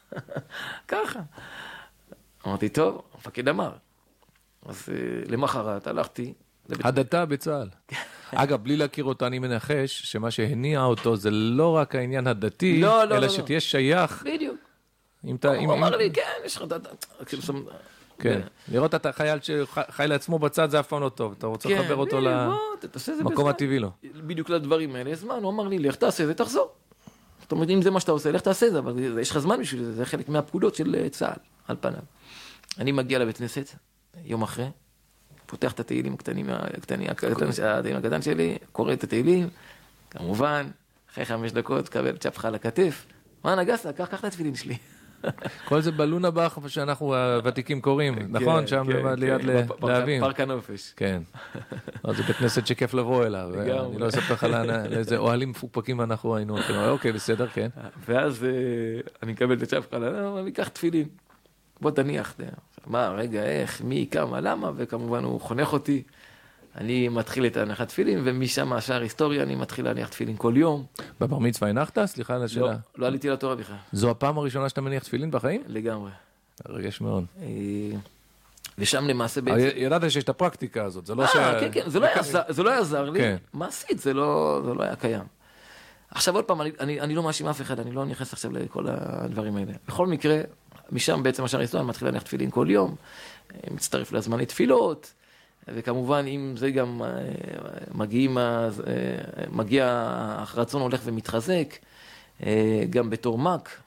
ככה. אמרתי, טוב, המפקד אמר. אז למחרת הלכתי. הדתה בצה"ל. אגב, בלי להכיר אותו, אני מנחש שמה שהניע אותו זה לא רק העניין הדתי, אלא שתהיה שייך. בדיוק. הוא אמר לי, כן, יש לך דתה. כן, לראות את החייל שחי לעצמו בצד זה אף פעם לא טוב, אתה רוצה לחבר אותו למקום הטבעי לו. בדיוק לדברים האלה, זמן, הוא אמר לי, לך תעשה זה, תחזור. זאת אומרת, אם זה מה שאתה עושה, לך תעשה זה, אבל יש לך זמן בשביל זה, זה חלק מהפקודות של צה"ל, על פניו. אני מגיע לבית כנסת, יום אחרי, פותח את התהילים הקטנים, התהילים הקטן שלי, קורא את התהילים, כמובן, אחרי 5 דקות, קבל צ'פחה על הכתף, מה נגסה, קח את התפילין שלי. כל זה בלונה באח שאנחנו הוותיקים קוראים, נכון? שם ליד להבים. פארק הנופש. כן. זה בית כנסת שכיף לבוא אליו. אני לא אספר לך לאיזה אוהלים מפוקפקים אנחנו היינו. אוקיי, בסדר, כן. ואז אני מקבל את הצ'פחה, אני אקח תפילין. בוא תניח. מה, רגע, איך, מי, כמה, למה? וכמובן הוא חונך אותי. אני מתחיל את הנחת תפילין, ומשם השאר היסטוריה, אני מתחיל להניח תפילין כל יום. בבר מצווה הנחת? סליחה על השאלה. לא עליתי לתורה בכלל. זו הפעם הראשונה שאתה מניח תפילין בחיים? לגמרי. רגש מאוד. ושם למעשה בעצם... ידעת שיש את הפרקטיקה הזאת, זה לא כן, כן, זה לא יעזר לי. מעשית, זה לא היה קיים. עכשיו עוד פעם, אני לא מאשים אף אחד, אני לא נכנס עכשיו לכל הדברים האלה. בכל מקרה, משם בעצם השאר היסטוריה, אני מתחיל להניח תפילין כל יום, מצטרף לזמני תפילות, וכמובן, אם זה גם מגיע, הרצון הולך ומתחזק, גם בתור מק,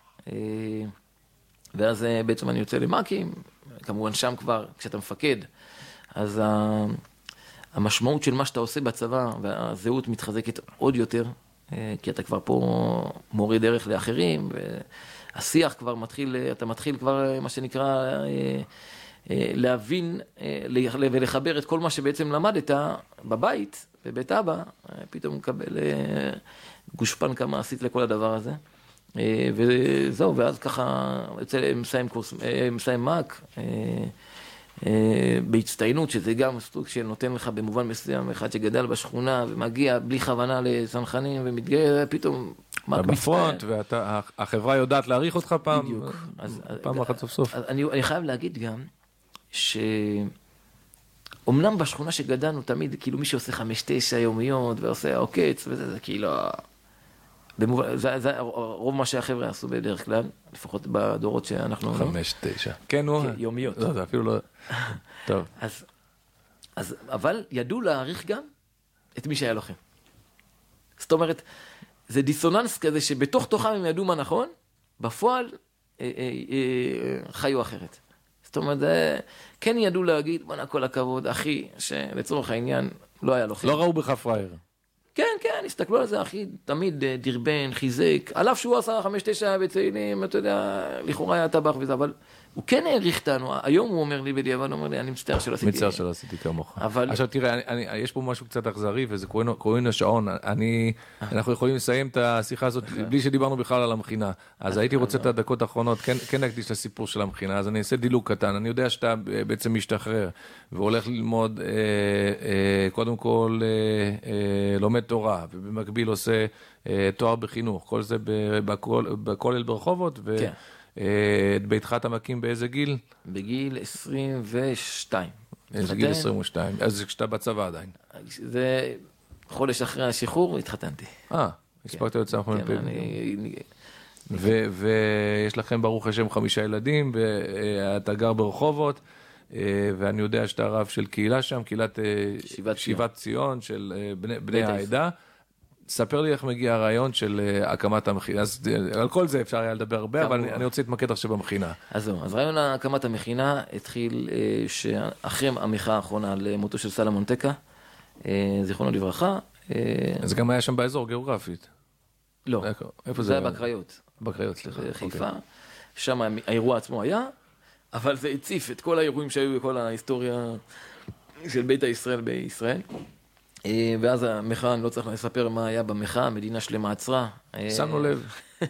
ואז בעצם אני יוצא למקים, כמובן שם כבר, כשאתה מפקד, אז המשמעות של מה שאתה עושה בצבא, והזהות מתחזקת עוד יותר, כי אתה כבר פה מורה דרך לאחרים, והשיח כבר מתחיל, אתה מתחיל כבר, מה שנקרא, להבין ולחבר את כל מה שבעצם למדת בבית, בבית אבא, פתאום מקבל גושפנקה מעשית לכל הדבר הזה. וזהו, ואז ככה מסיים מק, בהצטיינות, שזה גם סוג שנותן לך במובן מסוים, אחד שגדל בשכונה ומגיע בלי כוונה לצנחנים ומתגאה, פתאום מק בפרונט, והחברה יודעת להעריך אותך פעם אחת סוף סוף. אני חייב להגיד גם, שאומנם בשכונה שגדלנו תמיד, כאילו מי שעושה 5-9 יומיות ועושה עוקץ וזה, זה כאילו, זה רוב מה שהחבר'ה עשו בדרך כלל, לפחות בדורות שאנחנו... 5-9. כן, נו. יומיות. לא, זה אפילו לא... טוב. אבל ידעו להעריך גם את מי שהיה לוחם. זאת אומרת, זה דיסוננס כזה שבתוך תוכם הם ידעו מה נכון, בפועל חיו אחרת. זאת אומרת, כן ידעו להגיד, בוא נקול הכבוד, אחי, שלצורך העניין לא היה לוחם. לא ראו בך פרייר. כן, כן, הסתכלו על זה, אחי, תמיד דרבן, חיזק, על אף שהוא עשה 5-9 בצעילים, אתה יודע, לכאורה היה טבח וזה, אבל הוא כן העריך אותנו, היום הוא אומר לי בדיעבד, הוא אומר לי, אני מצטער שלא עשיתי. מצטער שלא עשיתי כמוך. אבל... עכשיו תראה, יש פה משהו קצת אכזרי, וזה קוראים לשעון, אנחנו יכולים לסיים את השיחה הזאת, בלי שדיברנו בכלל על המכינה, אז הייתי רוצה את הדקות האחרונות, כן להקדיש לסיפור של המכינה, אז אני אעשה דילוג קטן, אני יודע שאתה בעצם משתחרר, והולך ללמוד, קודם כל, לומד תורה, ובמקביל עושה תואר בחינוך, כל זה בכולל ברחובות, את ביתך אתה מקים באיזה גיל? בגיל 22. איזה גיל 22, אז כשאתה בצבא עדיין. זה חודש אחרי השחרור התחתנתי. הספקת להיות סמך מ"פ. ויש לכם ברוך השם 5 ילדים, ואתה גר ברחובות, ואני יודע שאתה רב של קהילה שם, קהילת שיבת ציון של בני העדה. ספר לי איך מגיע הרעיון של הקמת המכינה, אז על כל זה אפשר היה לדבר הרבה, אבל אני רוצה להתמקד עכשיו במכינה. אז רעיון הקמת המכינה התחיל אחרי המחאה האחרונה למותו של סלומון טקה, זיכרונו לברכה. זה גם היה שם באזור גיאוגרפית. לא, זה היה בקריות. בקריות, סליחה. בחיפה, שם האירוע עצמו היה, אבל זה הציף את כל האירועים שהיו בכל ההיסטוריה של בית ישראל בישראל. ואז המחאה, אני לא צריך לספר מה היה במחאה, מדינה שלמה עצרה. שמנו לב.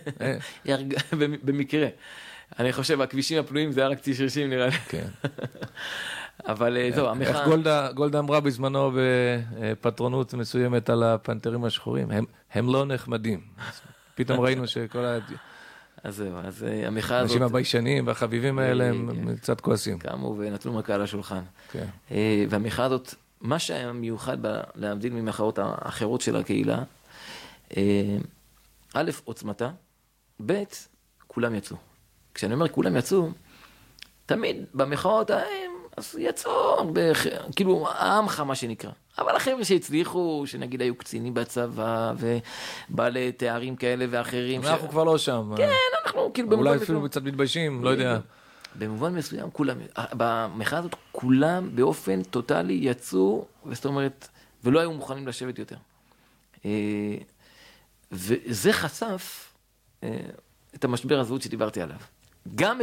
במקרה. אני חושב, הכבישים הפנויים זה היה רק צ'ירשים נראה לי. כן. אבל זהו, המחאה... איך גולדה אמרה בזמנו בפטרונות מסוימת על הפנתרים השחורים, הם לא נחמדים. פתאום ראינו שכל אז זהו, אז המחאה הזאת... אנשים הביישנים והחביבים האלה הם קצת כועסים. קמו ונתנו מכה על השולחן. כן. והמחאה הזאת... מה שהיה מיוחד להבדיל ממחאות האחרות של הקהילה, א', עוצמתה, ב', כולם יצאו. כשאני אומר כולם יצאו, תמיד במחאות ההם, אז יצאו, כאילו העמך מה שנקרא. אבל החבר'ה שהצליחו, שנגיד היו קצינים בצבא, ובעלי תארים כאלה ואחרים. אנחנו כבר לא שם. כן, אנחנו כאילו במובן... אולי אפילו קצת מתביישים, לא יודע. במובן מסוים, כולם, במחאה הזאת, כולם באופן טוטלי יצאו, זאת אומרת, ולא היו מוכנים לשבת יותר. וזה חשף את המשבר הזהות שדיברתי עליו. גם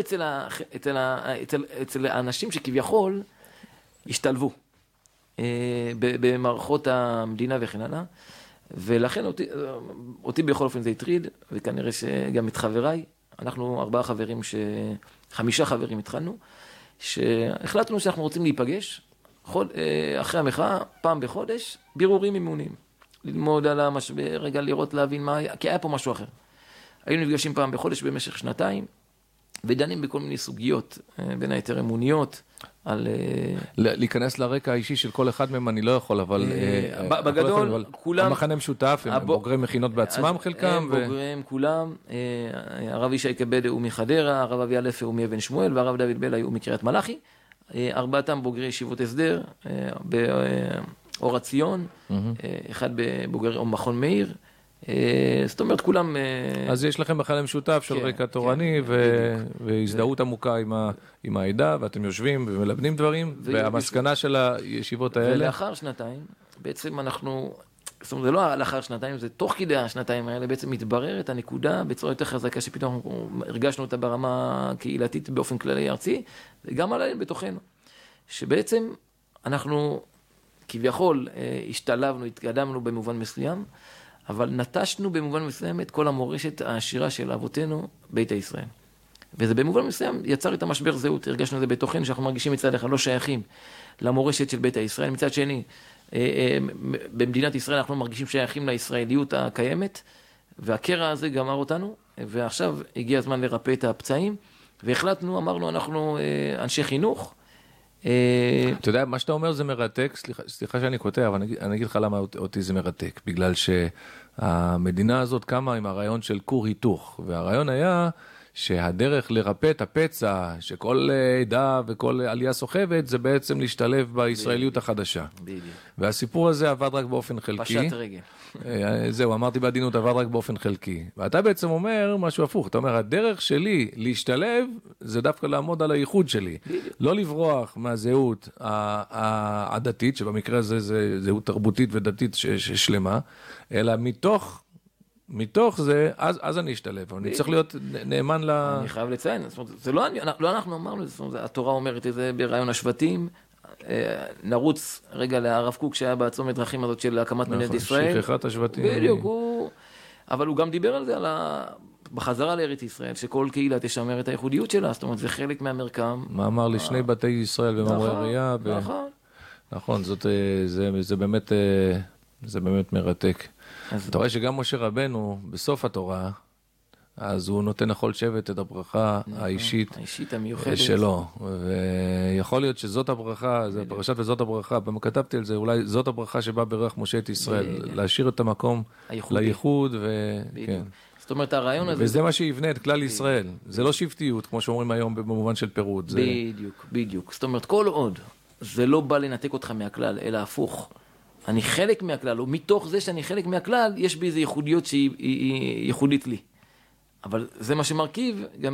אצל האנשים שכביכול השתלבו במערכות המדינה וכן הלאה, ולכן אותי בכל אופן זה הטריד, וכנראה שגם את חבריי, אנחנו 4 חברים 5 חברים התחלנו, שהחלטנו שאנחנו רוצים להיפגש, אחרי המחאה, פעם בחודש, בירורים אימונים. ללמוד על המשבר, רגע לראות, להבין מה היה, כי היה פה משהו אחר. היינו נפגשים פעם בחודש במשך 2, ודנים בכל מיני סוגיות, בין היתר אמוניות, על... להיכנס לרקע האישי של כל אחד מהם אני לא יכול, אבל... בגדול, כולם... המחנה משותף, הם בוגרי מכינות בעצמם חלקם. הם בוגריהם כולם, הרב ישי כבדה הוא מחדרה, הרב אבי אלפה הוא מאבן שמואל, והרב דוד בלה הוא מקריית מלאכי. 4 בוגרי ישיבות הסדר, באור הציון, אחד בבוגר מכון מאיר. זאת אומרת, כולם... אז יש לכם מחנה משותף של רקע תורני והזדהות עמוקה עם העדה, ואתם יושבים ומלבנים דברים, והמסקנה של הישיבות האלה... ולאחר 2, בעצם אנחנו... זאת אומרת, זה לא לאחר 2, זה תוך כדי 2 האלה, בעצם מתבררת הנקודה בצורה יותר חזקה, שפתאום הרגשנו אותה ברמה קהילתית באופן כללי ארצי, וגם עליהם בתוכנו. שבעצם אנחנו כביכול השתלבנו, התקדמנו במובן מסוים, אבל נטשנו במובן מסוים את כל המורשת העשירה של אבותינו, ביתא ישראל. וזה במובן מסוים יצר את המשבר זהות, הרגשנו את זה בתוכנו, שאנחנו מרגישים מצד אחד לא שייכים למורשת של ביתא ישראל, מצד שני, במדינת ישראל אנחנו מרגישים שייכים לישראליות הקיימת, והקרע הזה גמר אותנו, ועכשיו הגיע הזמן לרפא את הפצעים, והחלטנו, אמרנו, אנחנו אנשי חינוך. אתה יודע, מה שאתה אומר זה מרתק, סליחה שאני כותב, אבל אני אגיד לך למה אותי זה מרתק, בגלל שהמדינה הזאת קמה עם הרעיון של כור היתוך, והרעיון היה שהדרך לרפא את הפצע שכל עדה וכל עלייה סוחבת, זה בעצם להשתלב בישראליות החדשה. בדיוק. והסיפור הזה עבד רק באופן חלקי. פשט רגל. זהו, אמרתי בעדינות, עבד רק באופן חלקי. ואתה בעצם אומר משהו הפוך, אתה אומר, הדרך שלי להשתלב, זה דווקא לעמוד על הייחוד שלי. בדיוק. לא לברוח מהזהות הדתית, שבמקרה הזה זה זהות תרבותית ודתית שלמה, אלא מתוך זה, אז אני אשתלב. אני צריך להיות נאמן ל... אני חייב לציין, זאת אומרת, זה לא אנחנו אמרנו, זאת אומרת, התורה אומרת את זה ברעיון השבטים, נרוץ רגע לרב קוק שהיה בעצום הדרכים הזאת של הקמת מדינת ישראל. שכחת השבטים. בדיוק, אבל הוא גם דיבר על זה, בחזרה לארץ ישראל, שכל קהילה תשמר את הייחודיות שלה, זאת אומרת, זה חלק מהמרקם. מה אמר לי, שני בתי ישראל ומאמרי ראייה. נכון. נכון, זה באמת מרתק. אתה רואה שגם משה רבנו, בסוף התורה, אז הוא נותן לכל שבט את הברכה האישית המיוחדת שלו. ויכול להיות שזאת הברכה, זה פרשת וזאת הברכה, פעם כתבתי על זה, אולי זאת הברכה שבאה ברך משה את ישראל, להשאיר את המקום לייחוד. זאת אומרת, הרעיון הזה... וזה מה שיבנה את כלל ישראל. זה לא שבטיות, כמו שאומרים היום במובן של פירוט. בדיוק. זאת אומרת, כל עוד זה לא בא לנתק אותך מהכלל, אלא הפוך. אני חלק מהכלל, או מתוך זה שאני חלק מהכלל, יש בי איזו ייחודיות שהיא ייחודית לי. אבל זה מה שמרכיב גם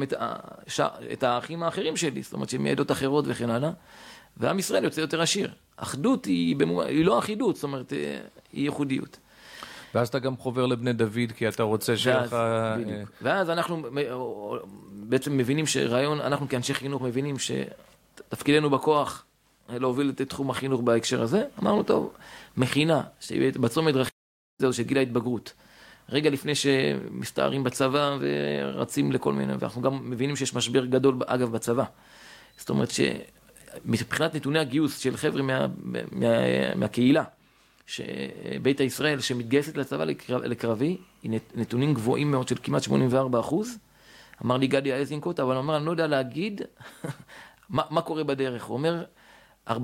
את האחים האחרים שלי, זאת אומרת שמעדות אחרות וכן הלאה, ועם ישראל יוצא יותר עשיר. אחדות היא לא אחידות, זאת אומרת, היא ייחודיות. ואז אתה גם חובר לבני דוד, כי אתה רוצה שלך... ואז אנחנו בעצם מבינים שרעיון, אנחנו כאנשי חינוך מבינים שתפקידנו בכוח להוביל את תחום החינוך בהקשר הזה. אמרנו, טוב, מכינה, בצומת דרכים, זהו, שגילה התבגרות. רגע לפני שמסתערים בצבא ורצים לכל מיני, ואנחנו גם מבינים שיש משבר גדול, אגב, בצבא. זאת אומרת שמבחינת נתוני הגיוס של חבר'ה מהקהילה, שבית ישראל שמתגייסת לצבא לקרבי, היא נתונים גבוהים מאוד של כמעט 84%. אמר לי גדי אייזנקוט, אבל הוא אומר, אני לא יודע להגיד מה קורה בדרך. הוא אומר, 44%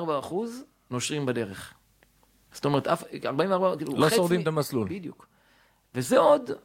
נושרים בדרך. זאת אומרת, 44... לא שורדים את המסלול. בדיוק. וזה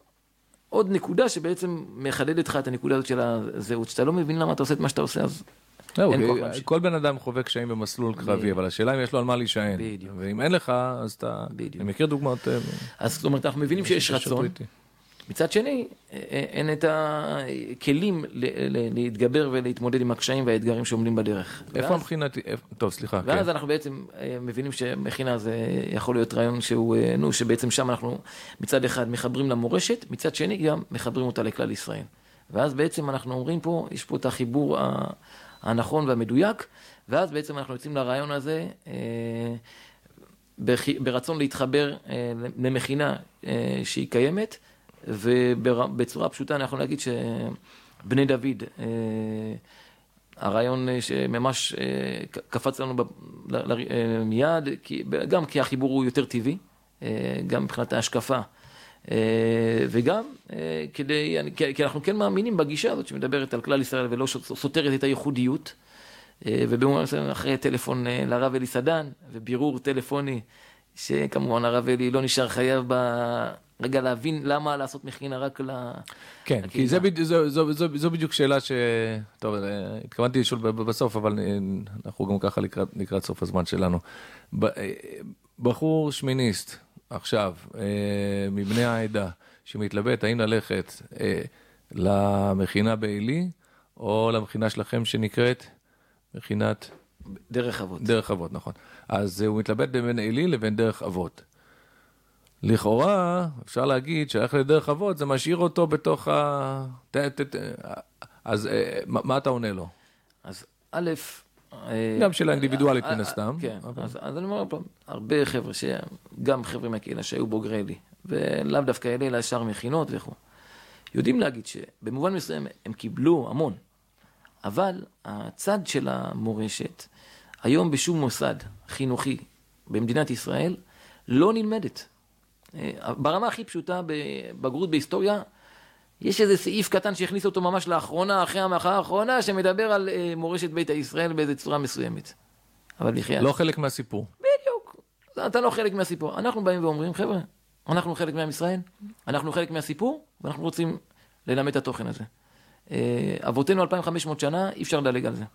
עוד נקודה שבעצם מחדדת לך את הנקודה הזאת של הזהות, שאתה לא מבין למה אתה עושה את מה שאתה עושה, אז אין כוח להמשיך. כל בן אדם חווה קשיים במסלול קרבי, אבל השאלה אם יש לו על מה להישען. ואם אין לך, אז אתה... אני מכיר דוגמאות... אז זאת אומרת, אנחנו מבינים שיש רצון. מצד שני, אין את הכלים להתגבר ולהתמודד עם הקשיים והאתגרים שעומדים בדרך. איפה המכינתי? טוב, סליחה. ואז אנחנו בעצם מבינים שמכינה זה יכול להיות רעיון שבעצם שם אנחנו מצד אחד מחברים למורשת, מצד שני גם מחברים אותה לכלל ישראל. ואז בעצם אנחנו אומרים פה, יש פה את החיבור הנכון והמדויק, ואז בעצם אנחנו יוצאים לרעיון הזה ברצון להתחבר למכינה שהיא קיימת, ובצורה פשוטה אני יכול להגיד שבני דוד, הרעיון שממש קפץ לנו מיד, גם כי החיבור הוא יותר טבעי, גם מבחינת ההשקפה, וגם כי אנחנו כן מאמינים בגישה הזאת שמדברת על כלל ישראל ולא סותרת את הייחודיות, ובמובן מסוים אחרי טלפון לרב אלי סדן ובירור טלפוני, שכמובן הרב אלי לא נשאר חייב רגע להבין למה לעשות מכינה רק כן, כי זו בדיוק שאלה טוב, התכוונתי לשאול בסוף, אבל אנחנו גם ככה לקראת סוף הזמן שלנו. בחור שמיניסט, עכשיו, מבני העדה, שמתלבט האם ללכת למכינה בעלי, או למכינה שלכם שנקראת מכינת... דרך אבות. דרך אבות, נכון. אז הוא מתלבט בין עלי לבין דרך אבות. לכאורה, אפשר להגיד שהלכת לדרך אבות, זה משאיר אותו בתוך אז מה אתה עונה לו? אז א', גם שאלה אינדיבידואלית מן הסתם. כן, אז אני אומר פעם, הרבה חבר'ה, גם חבר'ה מהקהילה שהיו בוגרי לי, ולאו דווקא אלה, אלא שאר מכינות וכו', יודעים להגיד שבמובן מסוים הם קיבלו המון, אבל הצד של המורשת, היום בשום מוסד חינוכי במדינת ישראל, לא נלמדת. ברמה הכי פשוטה, בבגרות בהיסטוריה, יש איזה סעיף קטן שהכניס אותו ממש לאחרונה, אחרי המחאה האחרונה, שמדבר על מורשת בית ישראל באיזו צורה מסוימת. אבל לחייאת. לא חלק מהסיפור. בדיוק. אתה לא חלק מהסיפור. אנחנו באים ואומרים, חבר'ה, אנחנו חלק מעם ישראל, אנחנו חלק מהסיפור, ואנחנו רוצים ללמד את התוכן הזה. אבותינו 2500 שנה, אי אפשר לדלג על זה.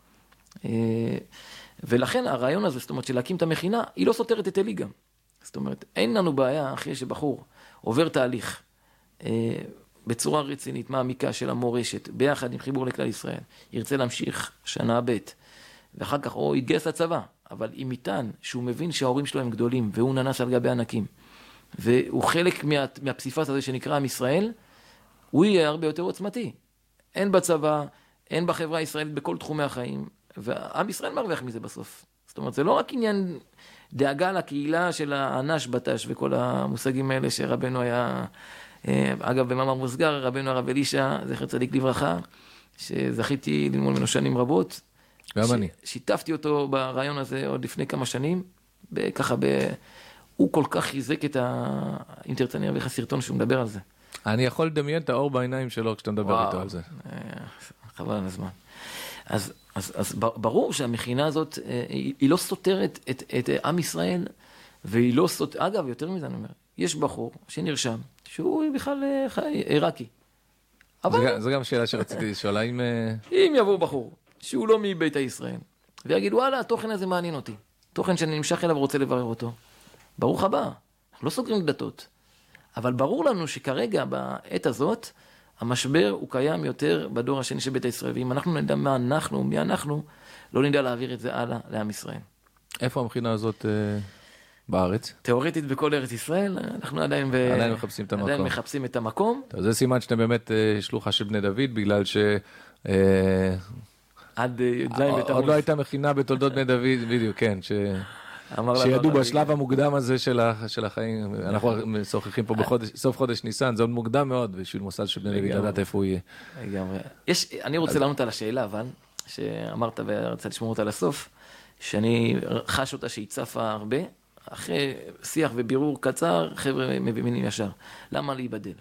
ולכן הרעיון הזה, זאת אומרת, של להקים את המכינה, היא לא סותרת את אלי גם. זאת אומרת, אין לנו בעיה אחרי שבחור עובר תהליך בצורה רצינית, מעמיקה של המורשת, ביחד עם חיבור לכלל ישראל, ירצה להמשיך שנה ב' ואחר כך הוא יתגייס לצבא, אבל אם ניתן שהוא מבין שההורים שלו הם גדולים, והוא ננס על גבי ענקים, והוא חלק מהפסיפס הזה שנקרא עם ישראל, הוא יהיה הרבה יותר עוצמתי. אין בצבא, אין בחברה הישראלית בכל תחומי החיים, ועם ישראל מרוויח מזה בסוף. זאת אומרת, זה לא רק עניין דאגה לקהילה של האנש בטש וכל המושגים האלה שרבנו היה, אגב, במאמר מוסגר, רבנו הרב אלישע, זכר צדיק לברכה, שזכיתי ללמוד ממנו שנים רבות. גם אני. שיתפתי אותו ברעיון הזה עוד לפני כמה שנים, ככה הוא כל כך חיזק את אם תרצה אני אביא לך סרטון שהוא מדבר על זה. אני יכול לדמיין את האור בעיניים שלו כשאתה מדבר איתו על זה. חבל על הזמן. אז ברור שהמכינה הזאת, היא לא סותרת את עם ישראל, והיא לא סותרת, אגב, יותר מזה אני אומר, יש בחור שנרשם, שהוא בכלל עיראקי. זו גם שאלה שרציתי לשאול, אם יבוא בחור, שהוא לא מבית הישראל, ויגיד, וואלה, התוכן הזה מעניין אותי, תוכן שאני נמשך אליו ורוצה לברר אותו, ברוך הבא, אנחנו לא סוגרים דלתות, אבל ברור לנו שכרגע, בעת הזאת, המשבר הוא קיים יותר בדור השני של בית ישראל, ואם אנחנו נדע מי אנחנו, לא נדע להעביר את זה הלאה לעם ישראל. איפה המכינה הזאת בארץ? תיאורטית בכל ארץ ישראל, אנחנו עדיין מחפשים את המקום. עדיין מחפשים את המקום. טוב, זה סימן שאתם באמת שלוחה של בני דוד, בגלל ש... עוד לא הייתה מכינה בתולדות בני דוד, בדיוק, כן, שידעו בשלב המוקדם הזה של החיים, אנחנו משוחחים פה בסוף חודש ניסן, זה עוד מוקדם מאוד בשביל מוסד של בני דוד, לדעת איפה הוא יהיה. אני רוצה לענות על השאלה, אבל, שאמרת ורצה לשמור אותה לסוף, שאני חש אותה שהיא צפה הרבה, אחרי שיח ובירור קצר, חבר'ה מבינים ישר. למה להיבדל?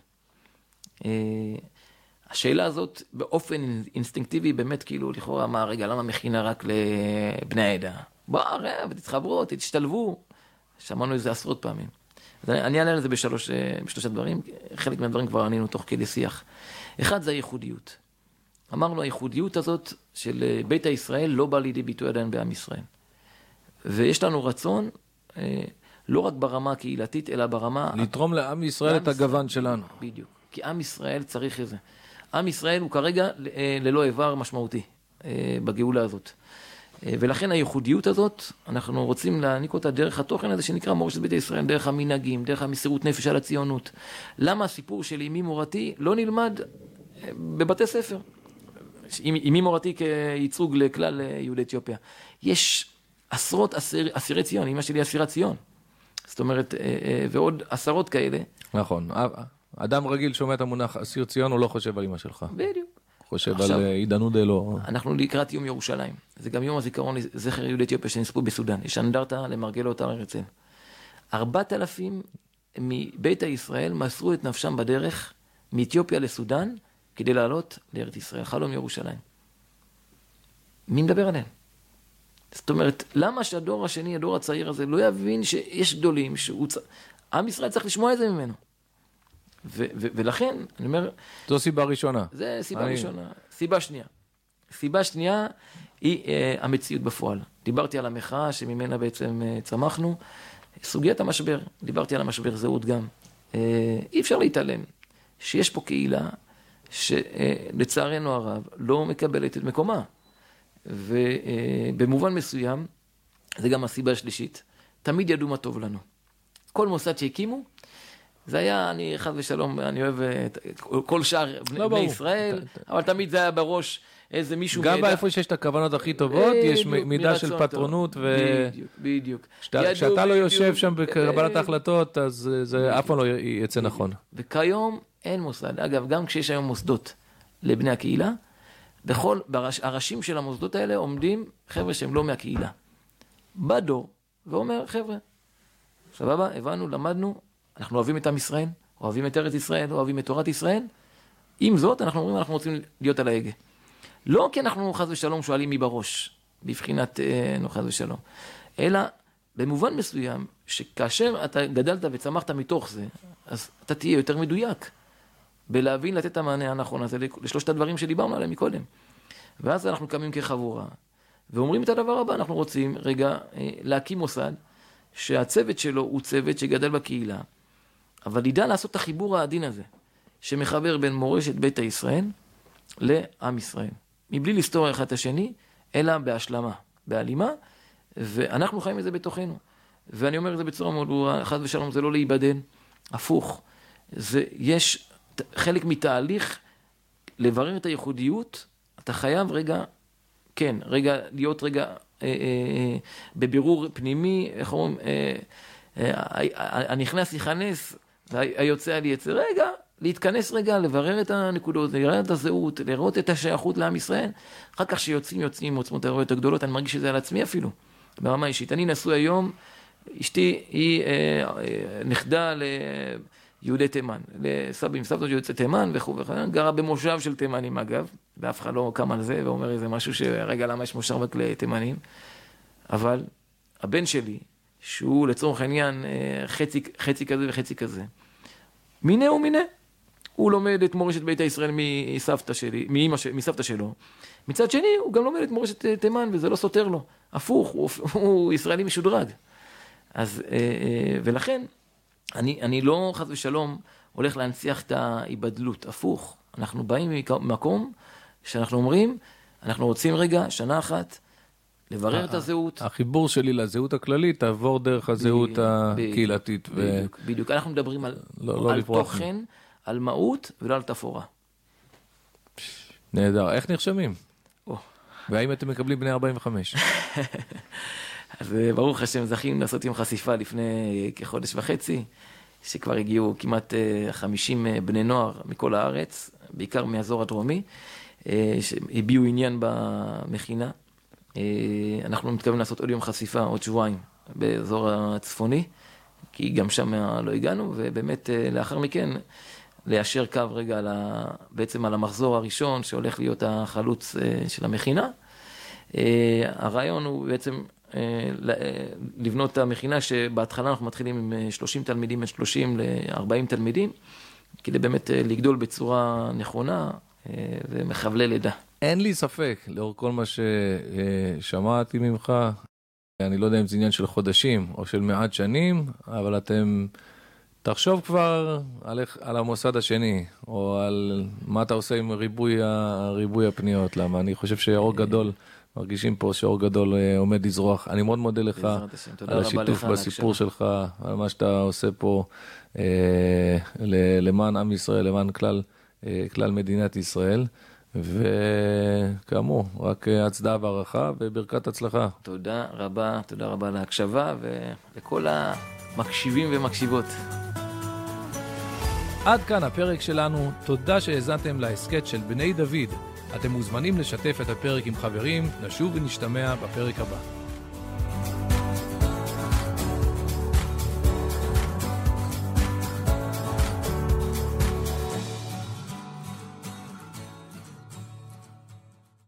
השאלה הזאת באופן אינסטינקטיבי באמת כאילו לכאורה מה רגע, למה מכינה רק לבני העדה? בוא, תתחברו, תשתלבו. שמענו איזה עשרות פעמים. אז אני אענה על זה בשלושה דברים. חלק מהדברים כבר ענינו תוך כדי שיח. אחד זה הייחודיות. אמרנו, הייחודיות הזאת של בית הישראל לא באה לידי ביטוי עדיין בעם ישראל. ויש לנו רצון, לא רק ברמה הקהילתית, אלא ברמה... לתרום לעם ישראל את הגוון שלנו. בדיוק. כי עם ישראל צריך את זה. עם ישראל הוא כרגע ללא איבר משמעותי בגאולה הזאת. ולכן הייחודיות הזאת, אנחנו רוצים להעניק אותה דרך התוכן הזה שנקרא מורשת בית ישראל, דרך המנהגים, דרך המסירות נפש על הציונות. למה הסיפור של אמי מורתי לא נלמד בבתי ספר? אמי מורתי כייצוג לכלל יהודי אתיופיה. יש עשרות אסירי ציון, אמא שלי אסירת ציון. זאת אומרת, ועוד עשרות כאלה. נכון. אדם רגיל שומע את המונח אסיר ציון, הוא לא חושב על אמא שלך. בדיוק. חושב על עידן אודלו. אנחנו לקראת יום ירושלים. זה גם יום הזיכרון לזכר יהודי אתיופיה שנספו בסודן. יש אנדרטה למרגלות הר הרצל. 4,000 מבית הישראל מסרו את נפשם בדרך מאתיופיה לסודן כדי לעלות לארץ ישראל. חלום ירושלים. מי מדבר עליהם? זאת אומרת, למה שהדור השני, הדור הצעיר הזה, לא יבין שיש גדולים, עם ישראל צריך לשמוע את זה ממנו. ולכן, אני אומר... זו סיבה ראשונה. זה סיבה ראשונה. סיבה שנייה היא המציאות בפועל. דיברתי על המחאה שממנה בעצם צמחנו. סוגיית המשבר, דיברתי על המשבר זהות גם. אי אפשר להתעלם שיש פה קהילה שלצערנו הרב לא מקבלת את מקומה. ובמובן מסוים, זה גם הסיבה השלישית, תמיד ידעו מה טוב לנו. כל מוסד שהקימו, זה היה, אני חד ושלום, אני אוהב כל שאר בני ישראל, אבל תמיד זה היה בראש איזה מישהו... גם באיפה שיש את הכוונות הכי טובות, יש מידה של פטרונות, בדיוק. כשאתה לא יושב שם בקבלת ההחלטות, אז זה אף פעם לא יצא נכון. וכיום אין מוסד. אגב, גם כשיש היום מוסדות לבני הקהילה, הראשים של המוסדות האלה עומדים חבר'ה שהם לא מהקהילה. בדור, ואומר, חבר'ה, סבבה, הבנו, למדנו, אנחנו אוהבים את עם ישראל, אוהבים את ארץ ישראל, אוהבים את תורת ישראל. עם זאת, אנחנו אומרים, אנחנו רוצים להיות על ההגה. לא כי אנחנו חס ושלום שואלים מי בראש, בבחינת חס ושלום, אלא במובן מסוים, שכאשר אתה גדלת וצמחת מתוך זה, אז אתה תהיה יותר מדויק. בלהבין לתת את המענה הנכון הזה לשלושת הדברים שדיברנו עליהם מקודם. ואז אנחנו קמים כחבורה, ואומרים את הדבר הבא, אנחנו רוצים רגע להקים מוסד, שהצוות שלו הוא צוות שגדל בקהילה, אבל ידע לעשות את החיבור העדין הזה, שמחבר בין מורשת ביתא ישראל לעם ישראל. מבלי לסתור אחד את השני, אלא בהשלמה, בהלימה, ואנחנו חיים את זה בתוכנו. ואני אומר את זה בצורה מאוד ברורה, חס ושלום זה לא להיבדל, הפוך. יש חלק מתהליך לברר את הייחודיות, אתה חייב להיות בבירור פנימי, איך אומרים, הנכנס יכנס, היוצא על יצא, להתכנס לברר את הנקודות, לראות את הזהות, לראות את השייכות לעם ישראל, אחר כך שיוצאים עם עוצמות הרעיות הגדולות, אני מרגיש שזה על עצמי אפילו, ברמה אישית. אני נשוי היום, אשתי היא נכדה ליהודי תימן, לסבים, סבתות יוצאי תימן וכו', גרה במושב של תימנים אגב, ואף אחד לא קם על זה ואומר איזה משהו שרגע למה יש מושב רק לתימנים, אבל הבן שלי, שהוא לצורך העניין חצי כזה וחצי כזה, מינה ומינה, הוא לומד את מורשת ביתא ישראל מסבתא שלו, מצד שני הוא גם לומד את מורשת תימן וזה לא סותר לו, הפוך, הוא ישראלי משודרג. אז, ולכן, אני לא חס ושלום הולך להנציח את ההיבדלות, הפוך. אנחנו באים ממקום שאנחנו אומרים, אנחנו רוצים שנה אחת, לברר את הזהות. החיבור שלי לזהות הכללית תעבור דרך הזהות הקהילתית. בדיוק, אנחנו מדברים על תוכן, על מהות ולא על תפאורה. נהדר, איך נרשמים? והאם אתם מקבלים בני 45? אז ברוך השם זכים לעשות יום חשיפה לפני כחודש וחצי, שכבר הגיעו כמעט 50 בני נוער מכל הארץ, בעיקר מהאזור הדרומי, שהביעו עניין במכינה. אנחנו מתכוונים לעשות עוד יום חשיפה, עוד שבועיים, באזור הצפוני, כי גם שם לא הגענו, ובאמת לאחר מכן ליישר קו בעצם על המחזור הראשון, שהולך להיות החלוץ של המכינה. הרעיון הוא בעצם לבנות את המכינה שבהתחלה אנחנו מתחילים עם 30 תלמידים, בין 30 ל-40 תלמידים, כדי באמת לגדול בצורה נכונה ומחבלי לידה. אין לי ספק, לאור כל מה ששמעתי ממך, אני לא יודע אם זה עניין של חודשים או של מעט שנים, אבל תחשוב כבר על המוסד השני, או על מה אתה עושה עם ריבוי הפניות, למה אני חושב שאור גדול, מרגישים פה שאור גדול עומד לזרוח. אני מאוד מודה לך על השיתוף בסיפור שלך, על מה שאתה עושה פה למען עם ישראל, למען כלל מדינת ישראל, וכאמור, רק הצדעה והערכה וברכת הצלחה. תודה רבה על ההקשבה ולכל המקשיבים ומקשיבות. עד כאן הפרק שלנו, תודה שהאזנתם להסכת של בני דוד. אתם מוזמנים לשתף את הפרק עם חברים, נשוב ונשתמע בפרק הבא.